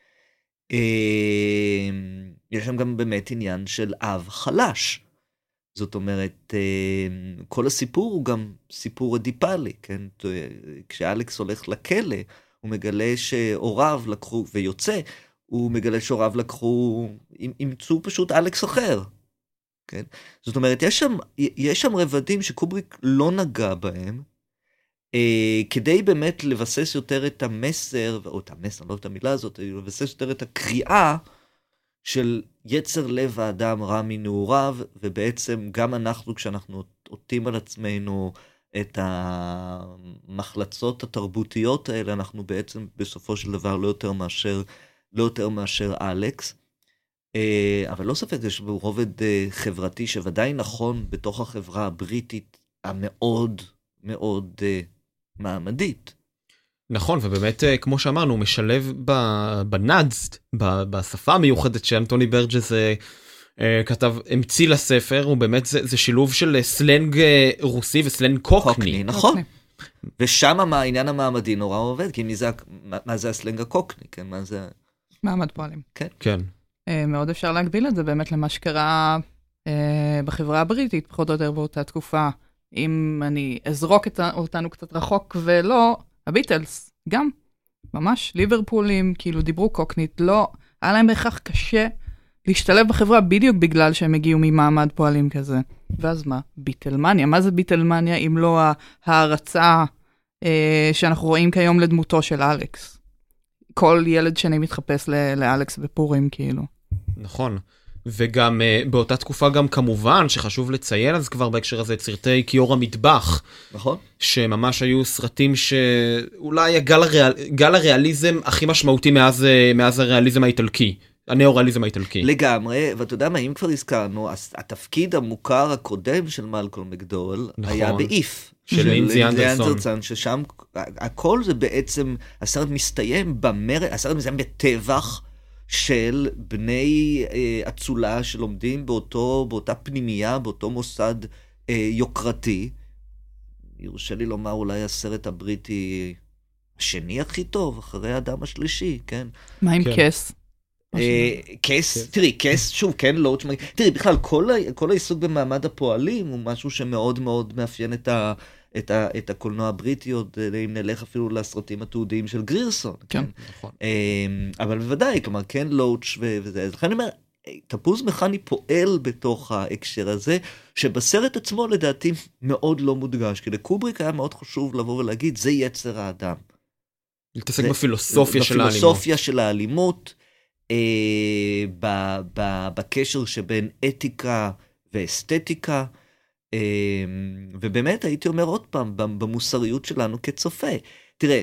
יש שם גם באמת עניין של אב חלש. זאת אומרת, כל הסיפור הוא גם סיפור אדיפלי, כן? כשאלכס הולך לכלא, הוא מגלה שהוריו לקחו, ויוצא, הוא מגלה שהוריו לקחו, ימצאו פשוט אלכס אחר. כן? זאת אומרת, יש שם, יש שם רבדים שקובריק לא נגע בהם, אה, כדי באמת לבסס יותר את המסר, או את המסר, לא את המילה הזאת, לבסס יותר את הקריאה של יצר לב האדם רע מנעוריו, ובעצם גם אנחנו, כשאנחנו עוטים על עצמנו את המחלצות התרבותיות האלה, אנחנו בעצם בסופו של דבר לא יותר מאשר, לא יותר מאשר אלכס. אבל לא ספק, יש בו רובד חברתי שוודאי נכון בתוך החברה הבריטית המאוד מאוד מעמדית. נכון, ובאמת, כמו שאמרנו, הוא משלב בנאדס, בשפה המיוחדת שאנטוני ברג'ס כתב, המציא לספר, הוא באמת, זה, זה שילוב של סלנג רוסי וסלנג קוקני. קוקני, נכון. ושם העניין המעמדי נורא עובד, כי מי זה, מה, מה זה הסלנג הקוקני, כן? מה זה... מעמד פועלים. כן. כן. מאוד אפשר להגביל את זה באמת למה שקרה בחברה הבריטית, פחות או יותר באותה תקופה. אם אני אזרוק אותנו קצת רחוק ולא, הביטלס, גם, ממש, ליברפולים, כאילו דיברו קוקנית, לא, היה להם בהכרח קשה להשתלב בחברה בדיוק בגלל שהם הגיעו ממעמד פועלים כזה. ואז מה? ביטלמניה. מה זה ביטלמניה אם לא ההערצה שאנחנו רואים כיום לדמותו של אלכס. כל ילד שני מתחפש לאלכס בפורים, כאילו. נכון. וגם uh, באותה תקופה גם כמובן שחשוב לציין אז כבר בהקשר הזה את סרטי קיור המטבח. נכון. שממש היו סרטים שאולי הגל הריאל, גל הריאליזם הכי משמעותי מאז, מאז הריאליזם האיטלקי. הנאו-ריאליזם האיטלקי. לגמרי, ואתה יודע מה, אם כבר הזכרנו, התפקיד המוכר הקודם של מלקולם מקדואל נכון. היה באיף. של לינזי אנדרסון. ששם הכל זה בעצם, הסרט מסתיים במרד, הסרט מסתיים בטבח, של בני אה, אצולה שלומדים באותו, באותה פנימייה, באותו מוסד אה, יוקרתי. יורשה לי לומר אולי הסרט הבריטי השני הכי טוב, אחרי האדם השלישי, כן? מה עם כן. קס? אה, קס, תראי, קס, שוב, כן, לא, תראי, בכלל, כל, כל העיסוק במעמד הפועלים הוא משהו שמאוד מאוד מאפיין את ה... את, ה, את הקולנוע הבריטי, עוד אם נלך אפילו לסרטים התיעודיים של גרירסון. כן, נכון. אבל בוודאי, כלומר, כן לואוץ' וזה. אז לכן אני אומר, תפוז מכני פועל בתוך ההקשר הזה, שבסרט עצמו לדעתי מאוד לא מודגש, כי לקובריק היה מאוד חשוב לבוא ולהגיד, זה יצר האדם. להתעסק בפילוסופיה של האלימות. בפילוסופיה של האלימות, בקשר שבין אתיקה ואסתטיקה, ובאמת הייתי אומר עוד פעם, במוסריות שלנו כצופה. תראה,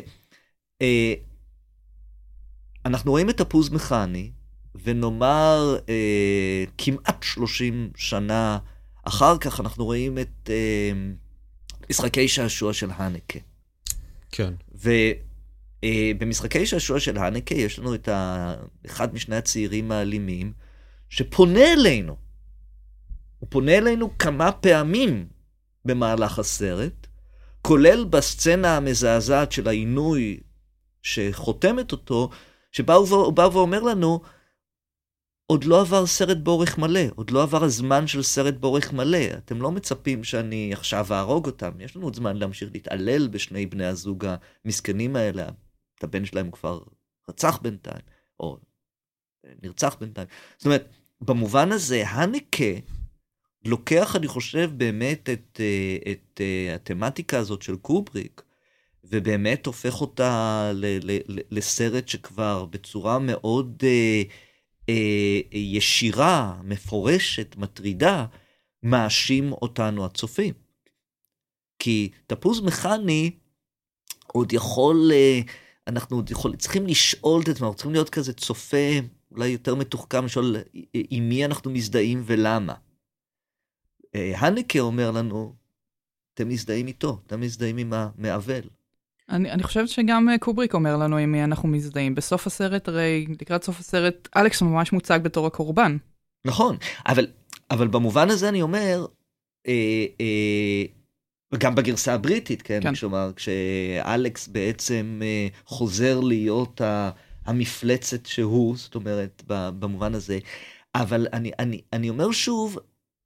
אנחנו רואים את תפוז מכני, ונאמר כמעט שלושים שנה אחר כך, אנחנו רואים את משחקי שעשוע של הנקה. כן. ובמשחקי שעשוע של הנקה יש לנו את אחד משני הצעירים האלימים, שפונה אלינו. הוא פונה אלינו כמה פעמים במהלך הסרט, כולל בסצנה המזעזעת של העינוי שחותמת אותו, שבה הוא בא ואומר לנו, עוד לא עבר סרט באורך מלא, עוד לא עבר הזמן של סרט באורך מלא, אתם לא מצפים שאני עכשיו אהרוג אותם, יש לנו עוד זמן להמשיך להתעלל בשני בני הזוג המסכנים האלה, את הבן שלהם כבר רצח בינתיים, או נרצח בינתיים. זאת אומרת, במובן הזה, הנקה, לוקח, אני חושב, באמת את, את התמטיקה הזאת של קובריק, ובאמת הופך אותה ל, ל, ל, לסרט שכבר בצורה מאוד אה, אה, ישירה, מפורשת, מטרידה, מאשים אותנו הצופים. כי תפוז מכני עוד יכול, אה, אנחנו עוד יכול, צריכים לשאול את עצמנו, צריכים להיות כזה צופה, אולי יותר מתוחכם, לשאול עם מי אנחנו מזדהים ולמה. הנקה אומר לנו, אתם מזדהים איתו, אתם מזדהים עם המעבל. אני, אני חושבת שגם קובריק אומר לנו עם מי אנחנו מזדהים. בסוף הסרט, הרי לקראת סוף הסרט, אלכס ממש מוצג בתור הקורבן. נכון, אבל, אבל במובן הזה אני אומר, אה, אה, גם בגרסה הבריטית, כן? כן. כלומר, כשאלכס בעצם אה, חוזר להיות ה, המפלצת שהוא, זאת אומרת, במובן הזה. אבל אני, אני, אני אומר שוב,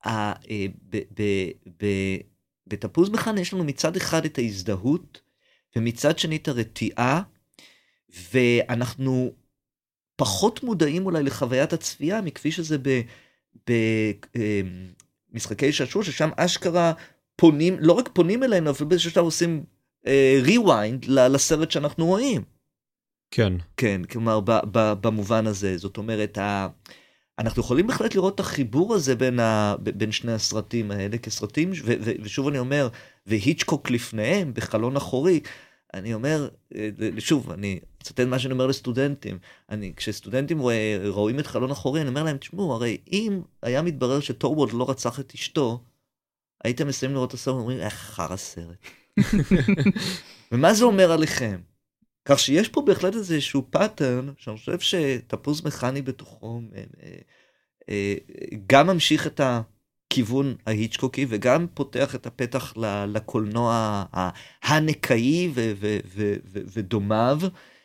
בתפוז מכני יש לנו מצד אחד את ההזדהות, ומצד שני את הרתיעה, ואנחנו פחות מודעים אולי לחוויית הצפייה, מכפי שזה במשחקי שעשוע, ששם אשכרה פונים, לא רק פונים אלינו, אבל באיזשהו שלב עושים ריוויינד לסרט שאנחנו רואים. כן. כן, כלומר, במובן הזה, זאת אומרת, ה... אנחנו יכולים בהחלט לראות את החיבור הזה בין, ה, בין שני הסרטים האלה כסרטים, ו, ו, ושוב אני אומר, והיצ'קוק לפניהם, בחלון אחורי, אני אומר, שוב, אני אצטט מה שאני אומר לסטודנטים, אני, כשסטודנטים רואים את חלון אחורי, אני אומר להם, תשמעו, הרי אם היה מתברר שטורוולד לא רצח את אשתו, הייתם מסיימים לראות את הסרט, ואומרים, איך חר הסרט. ומה זה אומר עליכם? כך שיש פה בהחלט איזשהו פאטרן, שאני חושב שתפוז מכני בתוכו, גם ממשיך את הכיוון ההיצ'קוקי, וגם פותח את הפתח לקולנוע הנקאי ודומיו,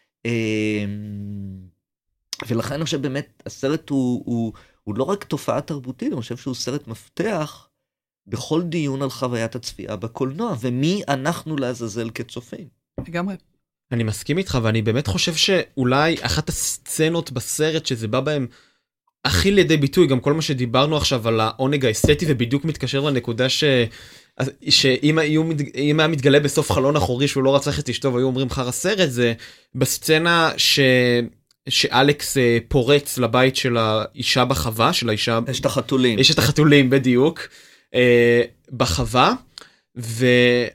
ולכן אני חושב באמת, הסרט הוא, הוא, הוא לא רק תופעה תרבותית, אני חושב שהוא סרט מפתח בכל דיון על חוויית הצפייה בקולנוע, ומי אנחנו לעזאזל כצופים. לגמרי. אני מסכים איתך, ואני באמת חושב שאולי אחת הסצנות בסרט שזה בא בהם הכי לידי ביטוי, גם כל מה שדיברנו עכשיו על העונג האסתטי, ובדיוק מתקשר לנקודה שאם היה מתגלה בסוף חלון אחורי שהוא לא רצח את אשתו והיו אומרים חר הסרט, זה בסצנה ש... שאלכס פורץ לבית של האישה בחווה, של האישה... יש את החתולים. יש את החתולים, בדיוק, בחווה, ו...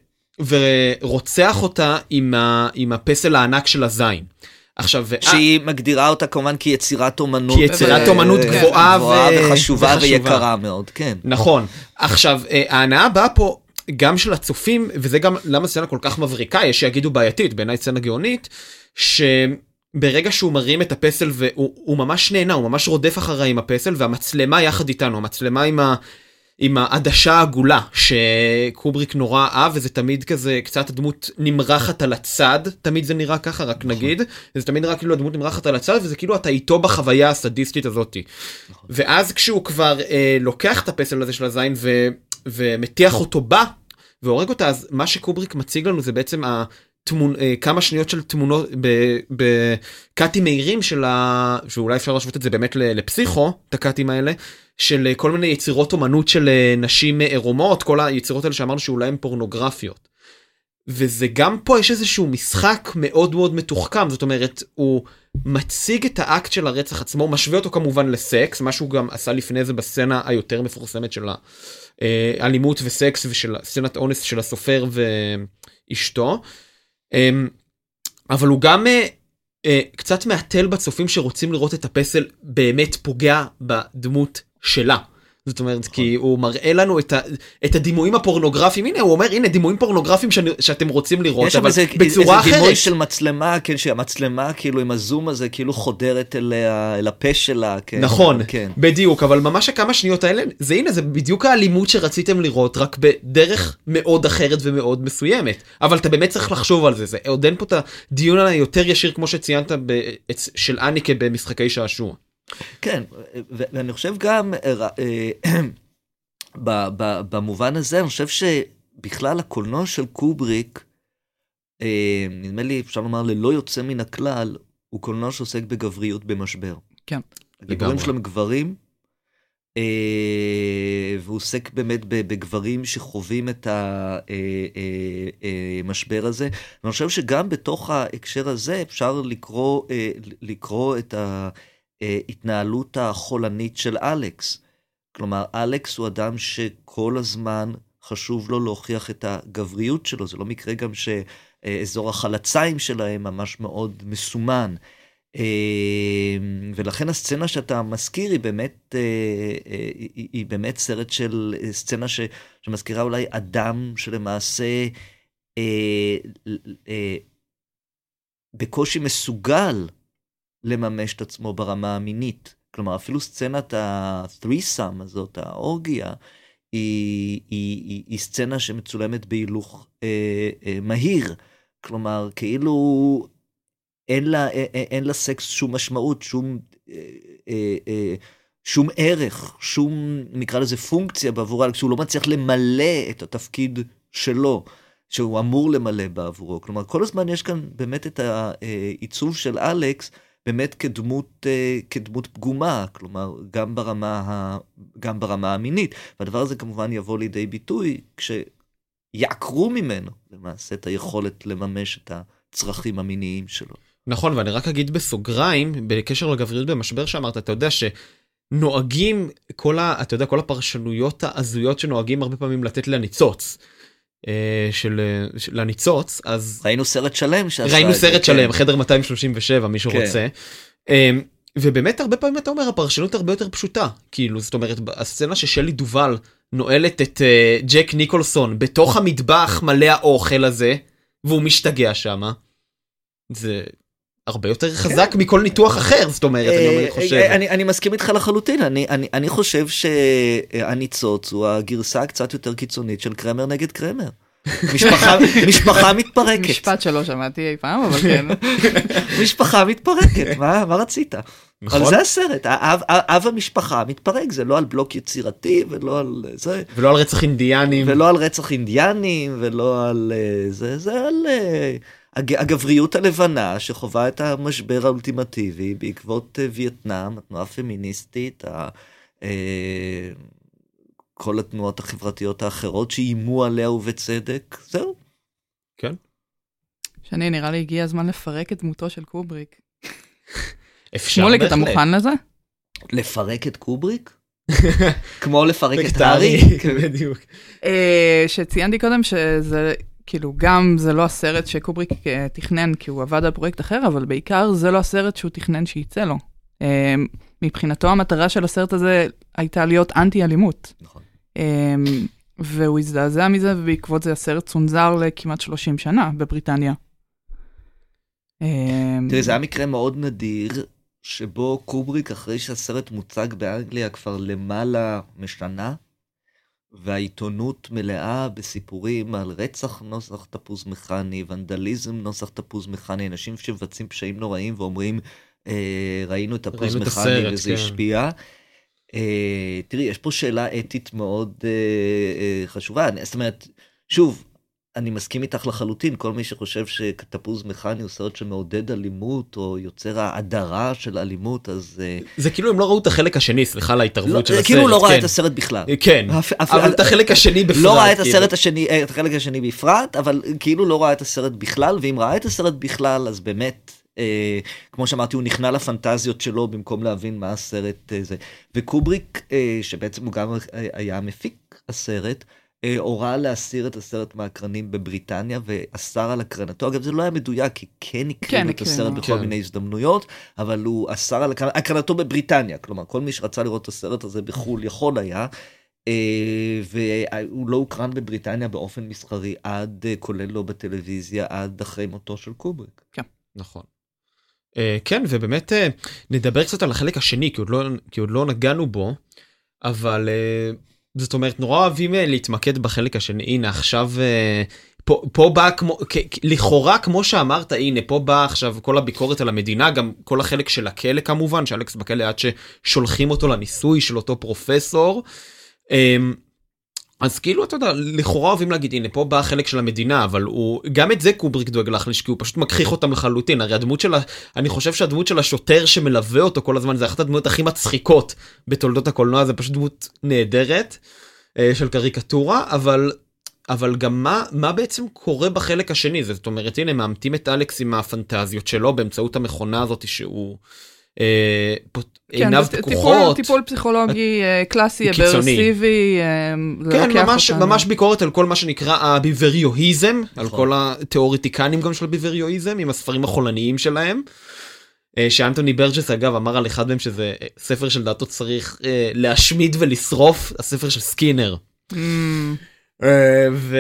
ורוצח אותה עם, ה... עם הפסל הענק של הזין. עכשיו, שהיא מגדירה אותה כמובן כיצירת אומנות. כיצירת אומנות גבוהה וחשובה ויקרה מאוד, כן. נכון. עכשיו, ההנאה באה פה גם של הצופים, וזה גם למה סצנה כל כך מבריקה, יש שיגידו בעייתית, בעיניי סצנה גאונית, שברגע שהוא מרים את הפסל, והוא ממש נהנה, הוא ממש רודף אחריי עם הפסל, והמצלמה יחד איתנו, המצלמה עם ה... עם העדשה העגולה, שקובריק נורא אהב, וזה תמיד כזה, קצת הדמות נמרחת על הצד, תמיד זה נראה ככה, רק נגיד, וזה תמיד נראה כאילו הדמות נמרחת על הצד, וזה כאילו אתה איתו בחוויה הסדיסטית הזאת. ואז כשהוא כבר אה, לוקח את הפסל הזה של הזין, ו, ומתיח אותו בה, והורג אותה, אז מה שקובריק מציג לנו זה בעצם התמונ... אה, כמה שניות של תמונות, בקאטים מהירים של ה... שאולי אפשר להשוות את זה באמת לפסיכו, את הקאטים האלה, של כל מיני יצירות אומנות של נשים עירומות, כל היצירות האלה שאמרנו שאולי הן פורנוגרפיות. וזה גם פה יש איזשהו משחק מאוד מאוד מתוחכם, זאת אומרת, הוא מציג את האקט של הרצח עצמו, הוא משווה אותו כמובן לסקס, מה שהוא גם עשה לפני זה בסצנה היותר מפורסמת של האלימות וסקס, ושל סצנת אונס של הסופר ואשתו. אבל הוא גם קצת מעטל בצופים שרוצים לראות את הפסל באמת פוגע בדמות שלה. זאת אומרת, נכון. כי הוא מראה לנו את, ה, את הדימויים הפורנוגרפיים, הנה, הוא אומר, הנה, דימויים פורנוגרפיים שאני, שאתם רוצים לראות, אבל איזה, בצורה איזה אחרת. יש דימוי של מצלמה, כן, שהמצלמה, כאילו, עם הזום הזה, כאילו חודרת אל, אל הפה שלה, כן. נכון, כן. בדיוק, אבל ממש הכמה שניות האלה, זה הנה, זה בדיוק האלימות שרציתם לראות, רק בדרך מאוד אחרת ומאוד מסוימת. אבל אתה באמת צריך לחשוב על זה, זה עוד אין פה את הדיון היותר ישיר, כמו שציינת, ב, של אניקה במשחקי שעשוע. כן, ואני חושב גם, במובן הזה, אני חושב שבכלל הקולנוע של קובריק, נדמה לי, אפשר לומר, ללא יוצא מן הכלל, הוא קולנוע שעוסק בגבריות במשבר. כן. הגיבורים שלהם גברים, והוא עוסק באמת בגברים שחווים את המשבר הזה. ואני חושב שגם בתוך ההקשר הזה אפשר לקרוא, לקרוא את ה... התנהלות החולנית של אלכס. כלומר, אלכס הוא אדם שכל הזמן חשוב לו להוכיח את הגבריות שלו. זה לא מקרה גם שאזור החלציים שלהם ממש מאוד מסומן. ולכן הסצנה שאתה מזכיר היא באמת, היא באמת סרט של, סצנה שמזכירה אולי אדם שלמעשה בקושי מסוגל לממש את עצמו ברמה המינית. כלומר, אפילו סצנת ה-threesome הזאת, האורגיה, היא, היא, היא, היא סצנה שמצולמת בהילוך אה, אה, מהיר. כלומר, כאילו אין לה, אה, אין לה סקס שום משמעות, שום, אה, אה, אה, שום ערך, שום, נקרא לזה פונקציה בעבורה, כשהוא לא מצליח למלא את התפקיד שלו, שהוא אמור למלא בעבורו. כלומר, כל הזמן יש כאן באמת את העיצוב של אלכס, באמת כדמות, כדמות פגומה, כלומר, גם ברמה, גם ברמה המינית. והדבר הזה כמובן יבוא לידי ביטוי, כשיעקרו ממנו, למעשה, את היכולת לממש את הצרכים המיניים שלו. נכון, ואני רק אגיד בסוגריים, בקשר לגבריות במשבר שאמרת, אתה יודע שנוהגים, כל ה, אתה יודע, כל הפרשנויות העזויות שנוהגים הרבה פעמים לתת לניצוץ, של, של הניצוץ, אז ראינו סרט שלם ראינו סרט שלם, חדר מאתיים שלושים ושבע, מי שרוצה, ובאמת הרבה פעמים אתה אומר, הפרשנות הרבה יותר פשוטה, כאילו, זאת אומרת, הסצנה ששלי דובל נועלת את ג'ק ניקולסון בתוך המטבח מלא האוכל הזה, והוא משתגע שם, זה הרבה יותר חזק מכל ניתוח אחר, זאת אומרת, אני חושב. אני מסכים איתך לחלוטין, אני חושב שהניצוץ הוא הגרסה קצת יותר קיצונית של קרמר נגד קרמר. משפחה מתפרקת. משפט שלא שמעתי אי פעם, אבל כן. משפחה מתפרקת, מה רצית? על זה הסרט, אב המשפחה מתפרק, זה לא על בלוק יצירתי, ולא על זה. ולא על רצח אינדיאנים. ולא על רצח אינדיאנים, ולא על זה, זה על הגבריות הלבנה שחובה את המשבר האולטימטיבי בעקבות וייטנאם, התנועה הפמיניסטית, כל התנועות החברתיות האחרות שאיימו עליה ובצדק, זהו. כן. שאני נראה לי הגיע הזמן לפרק את דמותו של קובריק. אפשר מוליק, בהחלט. אתה מוכן לזה? לפרק את קובריק? כמו לפרק את הארי. הארי? בדיוק. אה, שציינתי קודם שזה, כאילו, גם זה לא הסרט שקובריק אה, תכנן, כי הוא עבד על פרויקט אחר, אבל בעיקר זה לא הסרט שהוא תכנן שייצא לו. אה, מבחינתו המטרה של הסרט הזה הייתה להיות אנטי-אלימות. נכון. אה, והוא הזדעזע מזה, ובעקבות זה הסרט צונזר לכמעט שלושים שנה בבריטניה. אה, תראה, זה היה מקרה מאוד נדיר, שבו קובריק, אחרי שהסרט מוצג באנגליה כבר למעלה משנה, והעיתונות מלאה בסיפורים על רצח נוסח תפוז מכני, ונדליזם נוסח תפוז מכני, אנשים שמבצעים פשעים נוראים ואומרים, אה, ראינו את תפוז ראינו את מכני הסרט, וזה כן. השפיע. אה, תראי, יש פה שאלה אתית מאוד אה, אה, חשובה, זאת אומרת, שוב, אני מסכים איתך לחלוטין, כל מי שחושב שתפוז מכני הוא סרט שמעודד אלימות, או יוצר ההדרה של אלימות, אז... זה כאילו הם לא ראו את החלק השני, סליחה על ההתערבות של הסרט. כאילו לא ראה כן. את הסרט בכלל. כן, אף- אף- אבל את החלק השני בפרט. לא ראה את כאילו. הסרט השני, את החלק השני בפרט, אבל כאילו לא ראה את הסרט בכלל, ואם ראה את הסרט בכלל, אז באמת, אה, כמו שאמרתי, הוא נכנע לפנטזיות שלו, במקום להבין מה הסרט אה, זה. וקובריק, אה, שבעצם הוא גם אה, היה מפיק הסרט, אה, הורה להסיר את הסרט מהקרנים בבריטניה, ואסר על הקרנתו. אגב, זה לא היה מדויק, כי כן הקרינו את הקרינו. הסרט בכל כן. מיני הזדמנויות, אבל הוא אסר על הקרנ- הקרנתו בבריטניה. כלומר, כל מי שרצה לראות את הסרט הזה בחול יכול היה, אה, והוא לא הוקרן בבריטניה באופן מסחרי, עד, אה, כולל לא בטלוויזיה, עד אחרי מותו של קובריק. נכון. Uh, כן, ובאמת uh, נדבר קצת על החלק השני, כי עוד לא, כי עוד לא נגענו בו, אבל uh, זאת אומרת, נורא אוהבים uh, להתמקד בחלק השני. הנה, עכשיו, uh, פה, פה בא כמו, כ- לכאורה, כמו שאמרת, הנה, פה בא עכשיו כל הביקורת על המדינה, גם כל החלק של הכלא כמובן, שאלכס בכלא עד ששולחים אותו לניסוי של אותו פרופסור. Um, אז כאילו, אתה יודע, לכאורה אוהבים להגיד, הנה, פה בא החלק של המדינה, אבל הוא, גם את זה קובריק דואג להחליש, כי הוא פשוט מכחיך אותם לחלוטין. הרי הדמות של, אני חושב שהדמות של השוטר שמלווה אותו כל הזמן, זה אחת הדמות הכי מצחיקות בתולדות הקולנוע, זה פשוט דמות נהדרת, של קריקטורה, אבל, אבל גם מה, מה בעצם קורה בחלק השני? זאת אומרת, הנה, מאמתים את אלכס עם הפנטזיות שלו, באמצעות המכונה הזאת שהוא, אה, פות, עיניו כן, פקוחות. טיפול, טיפול פסיכולוגי קלאסי, קיצוני. אברסיבי. כן, ממש, ממש ביקורת על כל מה שנקרא הביבריואיזם, נכון. על כל התיאורטיקנים גם של הביבריואיזם, עם הספרים החולניים שלהם. שאנטוני ברג'ס, אגב, אמר על אחד מהם שזה ספר של דעתו צריך להשמיד ולשרוף, הספר של סקינר. Mm. ו...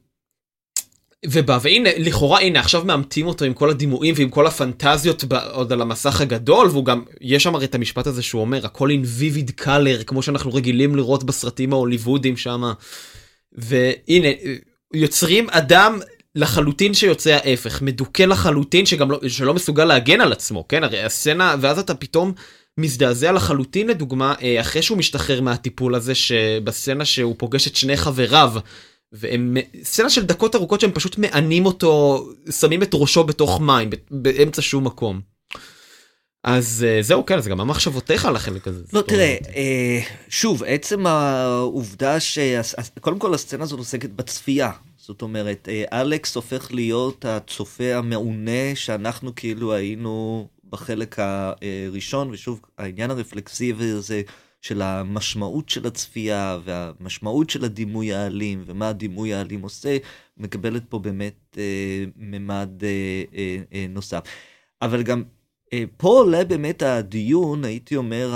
ובא, והנה, לכאורה, הנה, עכשיו מאמתים אותו עם כל הדימויים ועם כל הפנטזיות עוד על המסך הגדול, והוא גם, יש שם הרי את המשפט הזה שהוא אומר, הכל in vivid color, כמו שאנחנו רגילים לראות בסרטים ההוליוודים שם, והנה, יוצרים אדם לחלוטין שיוצא ההפך, מדוכא לחלוטין שגם לא, שלא מסוגל להגן על עצמו, כן, הרי הסצנה, ואז אתה פתאום מזדעזע לחלוטין, לדוגמה, אחרי שהוא משתחרר מהטיפול הזה, שבסצנה שהוא פוגש את שני חבריו, והם סצנה של דקות ארוכות שהם פשוט מענים אותו, שמים את ראשו בתוך מים, באמצע שום מקום. אז זהו, כן, זה גם המחשבותיך על החלק הזה. לא, תראה, שוב, עצם העובדה ש... קודם כל, הסצנה הזאת עוסקת בצפייה. זאת אומרת, אלכס הופך להיות הצופה המעונה, שאנחנו כאילו היינו בחלק הראשון, ושוב, העניין הרפלקסיבי הזה, של המשמעות של הצפייה והמשמעות של הדימוי האלים ומה הדימוי האלים עושה, מקבלת פה באמת אה, ממד אה, אה, אה, נוסף. אבל גם אה, פה עולה באמת הדיון, הייתי אומר,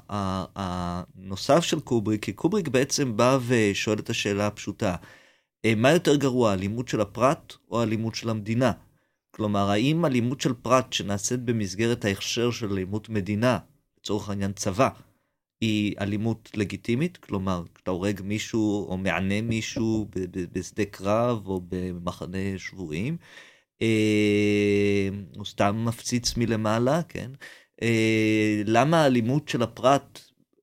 הנוסף של קובריק, כי קובריק בעצם בא ושואל את השאלה הפשוטה, אה, מה יותר גרוע, אלימות של הפרט או אלימות של המדינה? כלומר, האם אלימות של פרט שנעשית במסגרת ההכשר של אלימות מדינה, לצורך העניין צבא, היא אלימות לגיטימית, כלומר, כשאתה הורג מישהו או מענה מישהו בשדה קרב או במחנה שבויים, הוא סתם מפציץ מלמעלה, כן? למה האלימות של הפרט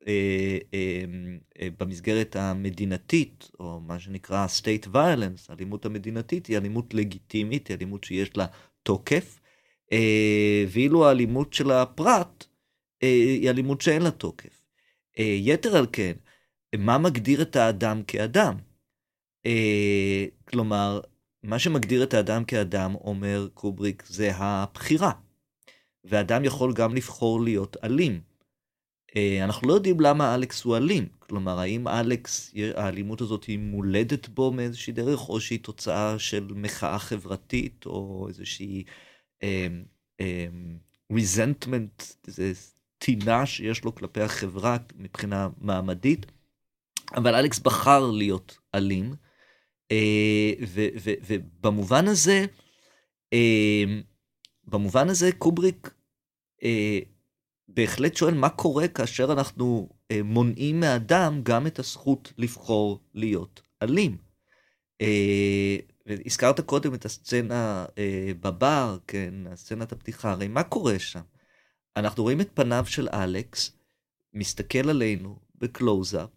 במסגרת המדינתית, או מה שנקרא state violence, האלימות המדינתית, היא אלימות לגיטימית, היא אלימות שיש לה תוקף, ואילו האלימות של הפרט היא אלימות שאין לה תוקף. יתר על כן, מה מגדיר את האדם כאדם? כלומר, מה שמגדיר את האדם כאדם, אומר קובריק, זה הבחירה. ואדם יכול גם לבחור להיות אלים. אנחנו לא יודעים למה אלכס הוא אלים. כלומר, האם אלכס, האלימות הזאת היא מולדת בו מאיזושהי דרך, או שהיא תוצאה של מחאה חברתית, או איזושהי resentment, איזו טינה שיש לו כלפי החברה מבחינה מעמדית. אבל אלכס בחר להיות אלים, ובמובן הזה, במובן הזה קובריק בהחלט שואל מה קורה כאשר אנחנו מונעים מאדם גם את הזכות לבחור להיות אלים. הזכרת קודם את הסצנה בבר, כן, הסצנת הפתיחה, הרי מה קורה שם? אנחנו רואים את פניו של אלכס, מסתכל עלינו בקלוז-אפ,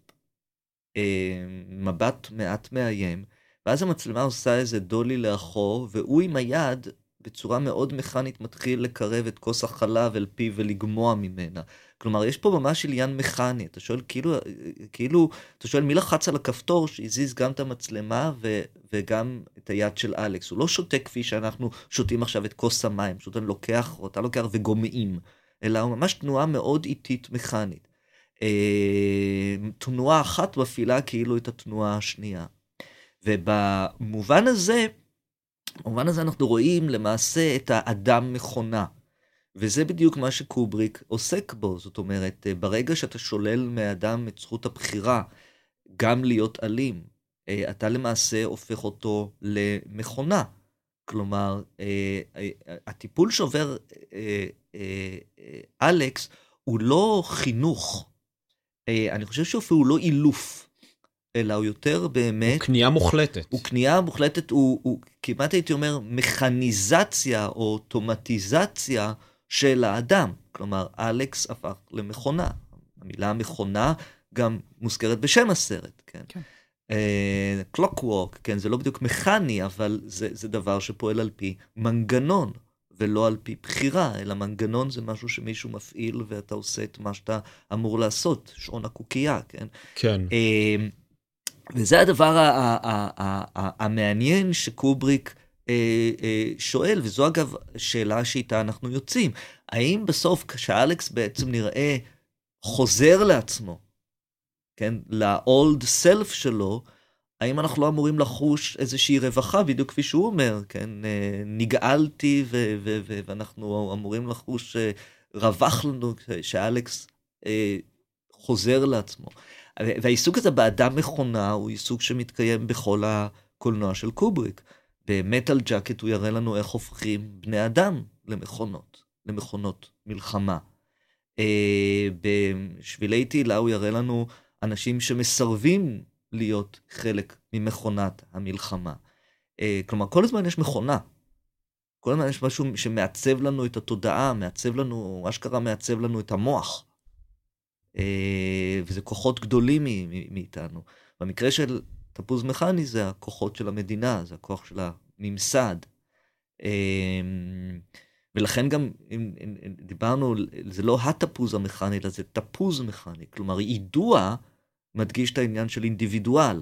מבט מעט מאיים, ואז המצלמה עושה איזה דולי לאחור, והוא עם היד בצורה מאוד מכנית מתחיל לקרב את כוס החלב אל פיו ולגמוע ממנה. כלומר, יש פה ממש עניין מכני. אתה שואל, כאילו, כאילו, אתה שואל מי לחץ על הכפתור שהזיז גם את המצלמה ו, וגם את היד של אלכס. הוא לא שותה כפי שאנחנו שותים עכשיו את כוס המים, פשוט אני לוקח, או אתה לוקח וגומעים, אלא הוא ממש תנועה מאוד איטית מכנית. תנועה אחת מפעילה כאילו את התנועה השנייה. ובמובן הזה, במובן הזה אנחנו רואים למעשה את האדם מכונה. וזה בדיוק מה שקובריק עוסק בו. זאת אומרת, ברגע שאתה שולל מאדם את זכות הבחירה, גם להיות אלים, אתה למעשה הופך אותו למכונה. כלומר, הטיפול שעובר אלכס הוא לא חינוך. אני חושב שאפילו הוא לא אילוף. אלא הוא יותר באמת... הוא קנייה מוחלטת. הוא קנייה מוחלטת, הוא, הוא כמעט הייתי אומר, מכניזציה או אוטומטיזציה של האדם. כלומר, אלכס הפך למכונה. המילה מכונה גם מוזכרת בשם הסרט, כן? כן. Uh, clockwork, כן? זה לא בדיוק מכני, אבל זה, זה דבר שפועל על פי מנגנון, ולא על פי בחירה, אלא מנגנון זה משהו שמישהו מפעיל, ואתה עושה את מה שאתה אמור לעשות, שעון הקוקייה, כן? כן. Uh, וזה הדבר המעניין שקובריק שואל, וזו אגב שאלה שאיתה אנחנו יוצאים. האם בסוף כשאלכס בעצם נראה חוזר לעצמו, כן, ל-old self שלו, האם אנחנו לא אמורים לחוש איזושהי רווחה, בדיוק כפי שהוא אומר, כן, נגאלתי ואנחנו אמורים לחוש רווח לנו שאלכס חוזר לעצמו. והעיסוק הזה באדם מכונה הוא עיסוק שמתקיים בכל הקולנוע של קובריק. במטל ג'קט הוא יראה לנו איך הופכים בני אדם למכונות, למכונות מלחמה. בשבילי תהילה הוא יראה לנו אנשים שמסרבים להיות חלק ממכונת המלחמה. כלומר, כל הזמן יש מכונה. כל הזמן יש משהו שמעצב לנו את התודעה, מעצב לנו, אשכרה מעצב לנו את המוח. וזה כוחות גדולים מאיתנו. במקרה של תפוז מכני זה הכוחות של המדינה, זה הכוח של הממסד. ולכן גם דיברנו, זה לא התפוז המכני, אלא זה תפוז מכני. כלומר, יידוע מדגיש את העניין של אינדיבידואל.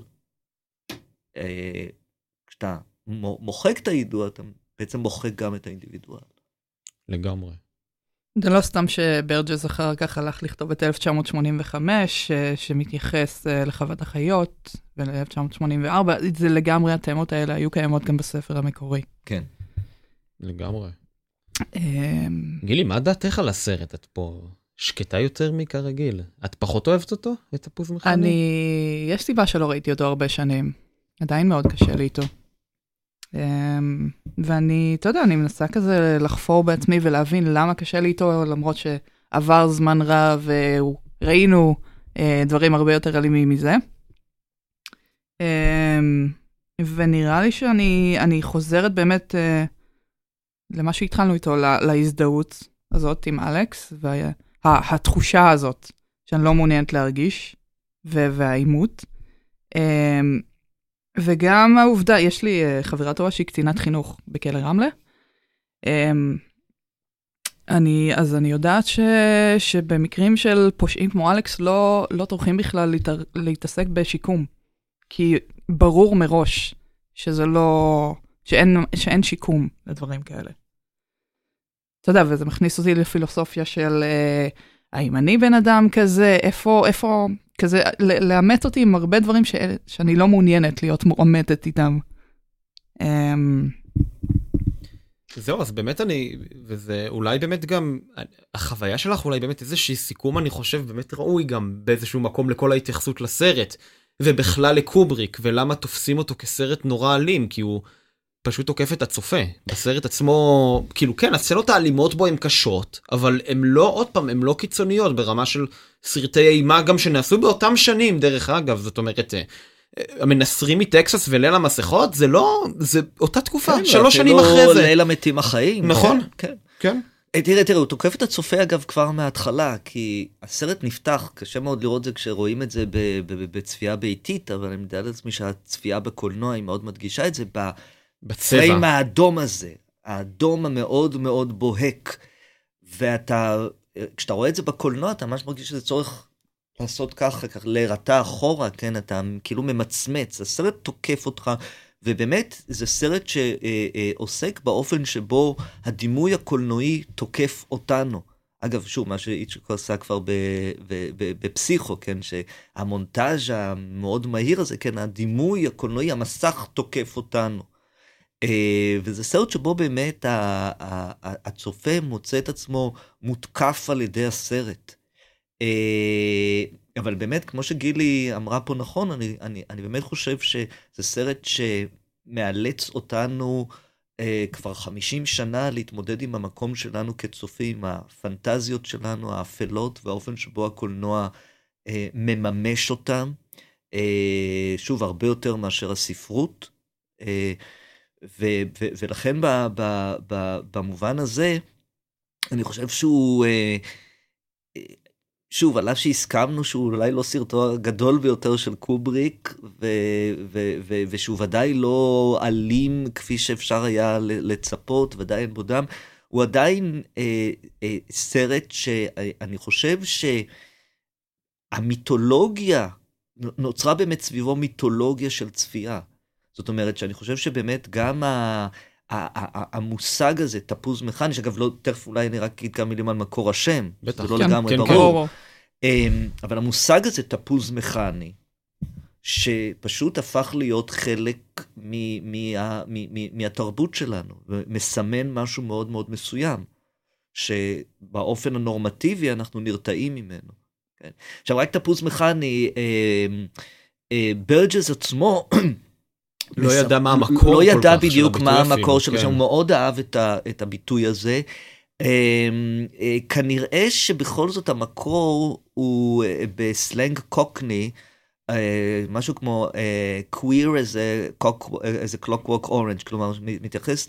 כשאתה מוחק את היידוע, אתה בעצם מוחק גם את האינדיבידואל. לגמרי. זה לא סתם שברג'ס אחר כך הלך לכתוב את אלף תשע מאות שמונים וחמש, שמתייחס לחוות החיות, ול-אלף תשע מאות שמונים וארבע, זה לגמרי, התאמות האלה היו קיימות גם בספר המקורי. כן. לגמרי. גילי, מה דעתך על הסרט? את פה שקטה יותר מכרגיל. את פחות אוהבת אותו? את תפוז מכני? אני, יש סיבה שלא ראיתי אותו הרבה שנים. עדיין מאוד קשה לי איתו. ואני, אתה יודע, אני מנסה כזה לחפור בעצמי ולהבין למה קשה לי איתו, למרות שעבר זמן רב וראינו דברים הרבה יותר אלימים מזה. ונראה לי שאני אני חוזרת באמת למה שהתחלנו איתו, להזדהות הזאת עם אלכס, והתחושה הזאת שאני לא מעוניינת להרגיש, והאימות. וגם העובדה, יש לי חברה טובה שהיא קצינת חינוך בכלא רמלה. אני, אז אני יודעת ש, שבמקרים של פושעים כמו אלכס, לא, לא טורחים בכלל להתר, להתעסק בשיקום. כי ברור מראש שזה לא, שאין, שאין שיקום לדברים כאלה. אתה יודע, וזה מכניס אותי לפילוסופיה של, אה, האם אני בן אדם כזה, איפה, איפה, כזה, לאמת אותי עם הרבה דברים ש, שאני לא מעוניינת להיות מועמדת איתם. אה, זהו, אז באמת אני, וזה אולי באמת גם, החוויה שלך אולי באמת איזושהי סיכום, אני חושב, באמת ראוי גם באיזשהו מקום לכל ההתייחסות לסרט, ובכלל לקובריק, ולמה תופסים אותו כסרט נורא אלים, כי הוא פשוט תוקף את הצופה. בסרט עצמו, כאילו כן, הסצנות האלימות בו הן קשות, אבל הן לא, עוד פעם, הן לא קיצוניות, ברמה של סרטי אימה גם שנעשו באותם שנים, דרך אגב, זאת אומרת, המנסרים מטקסס וליל המסכות, זה לא, זה אותה תקופה, כן, שלוש שנים אחרי זה. ליל המתים החיים. נכון, כן. כן. תראה, תראה, הוא תוקף את הצופה אגב כבר מההתחלה, כי הסרט נפתח, קשה מאוד לראות זה כשרואים את זה בצפייה ביתית, אבל אני מדע על עצמי שהצפייה בקולנוע היא מאוד מדגישה את זה, בצבעים האדום הזה, האדום המאוד מאוד בוהק, ואתה, כשאתה רואה את זה בקולנוע, אתה ממש מרגיש שזה צורך לעשות ככה, ככה, להירתע אחורה, כן, אתה כאילו ממצמץ, הסרט תוקף אותך, ובאמת זה סרט שעוסק באופן שבו הדימוי הקולנועי תוקף אותנו. אגב, שוב, מה שאיצ'קו עשה כבר בפסיכו, כן, שהמונטאז' המאוד מהיר הזה, כן, הדימוי הקולנועי, המסך תוקף אותנו. וזה סרט שבו באמת הצופה מוצא את עצמו מותקף על ידי הסרט. אבל באמת, כמו שגילי אמרה פה נכון, אני, אני, אני באמת חושב שזה סרט שמאלץ אותנו אה, כבר חמישים שנה להתמודד עם המקום שלנו כצופים, הפנטזיות שלנו, האפלות, והאופן שבו הקולנוע אה, מממש אותם. אה, שוב, הרבה יותר מאשר הספרות. אה, ו, ו, ולכן ב, ב, ב, במובן הזה, אני חושב שהוא... אה, שוב, עליו שהסכמנו שהוא אולי לא סרטו הגדול ביותר של קובריק, ו- ו- ו- ושהוא ודאי לא אלים כפי שאפשר היה לצפות, ודאי אין בו דם, הוא עדיין אה, אה, סרט שאני חושב שהמיתולוגיה, נוצרה באמת סביבו מיתולוגיה של צפייה. זאת אומרת שאני חושב שבאמת גם ה... המושג הזה, תפוז מכני, שאגב לא, תכף אולי אני רק אגיד כמה מילים על מקור השם, בטח, זה לא כן, לגמרי כן, ברור. כן. אבל המושג הזה, תפוז מכני, שפשוט הפך להיות חלק מ- מ- מ- מהתרבות שלנו, ומסמן משהו מאוד מאוד מסוים, שבאופן הנורמטיבי אנחנו נרתעים ממנו. כן? עכשיו, רק תפוז מכני, ברג'ס עצמו, לא ידע מה המקור, לא ידע בדיוק מה המקור שלו, שהוא מאוד אהב את הביטוי הזה. כנראה שבכל זאת המקור הוא בסלנג קוקני, משהו כמו queer as a clockwork orange, כלומר מתייחס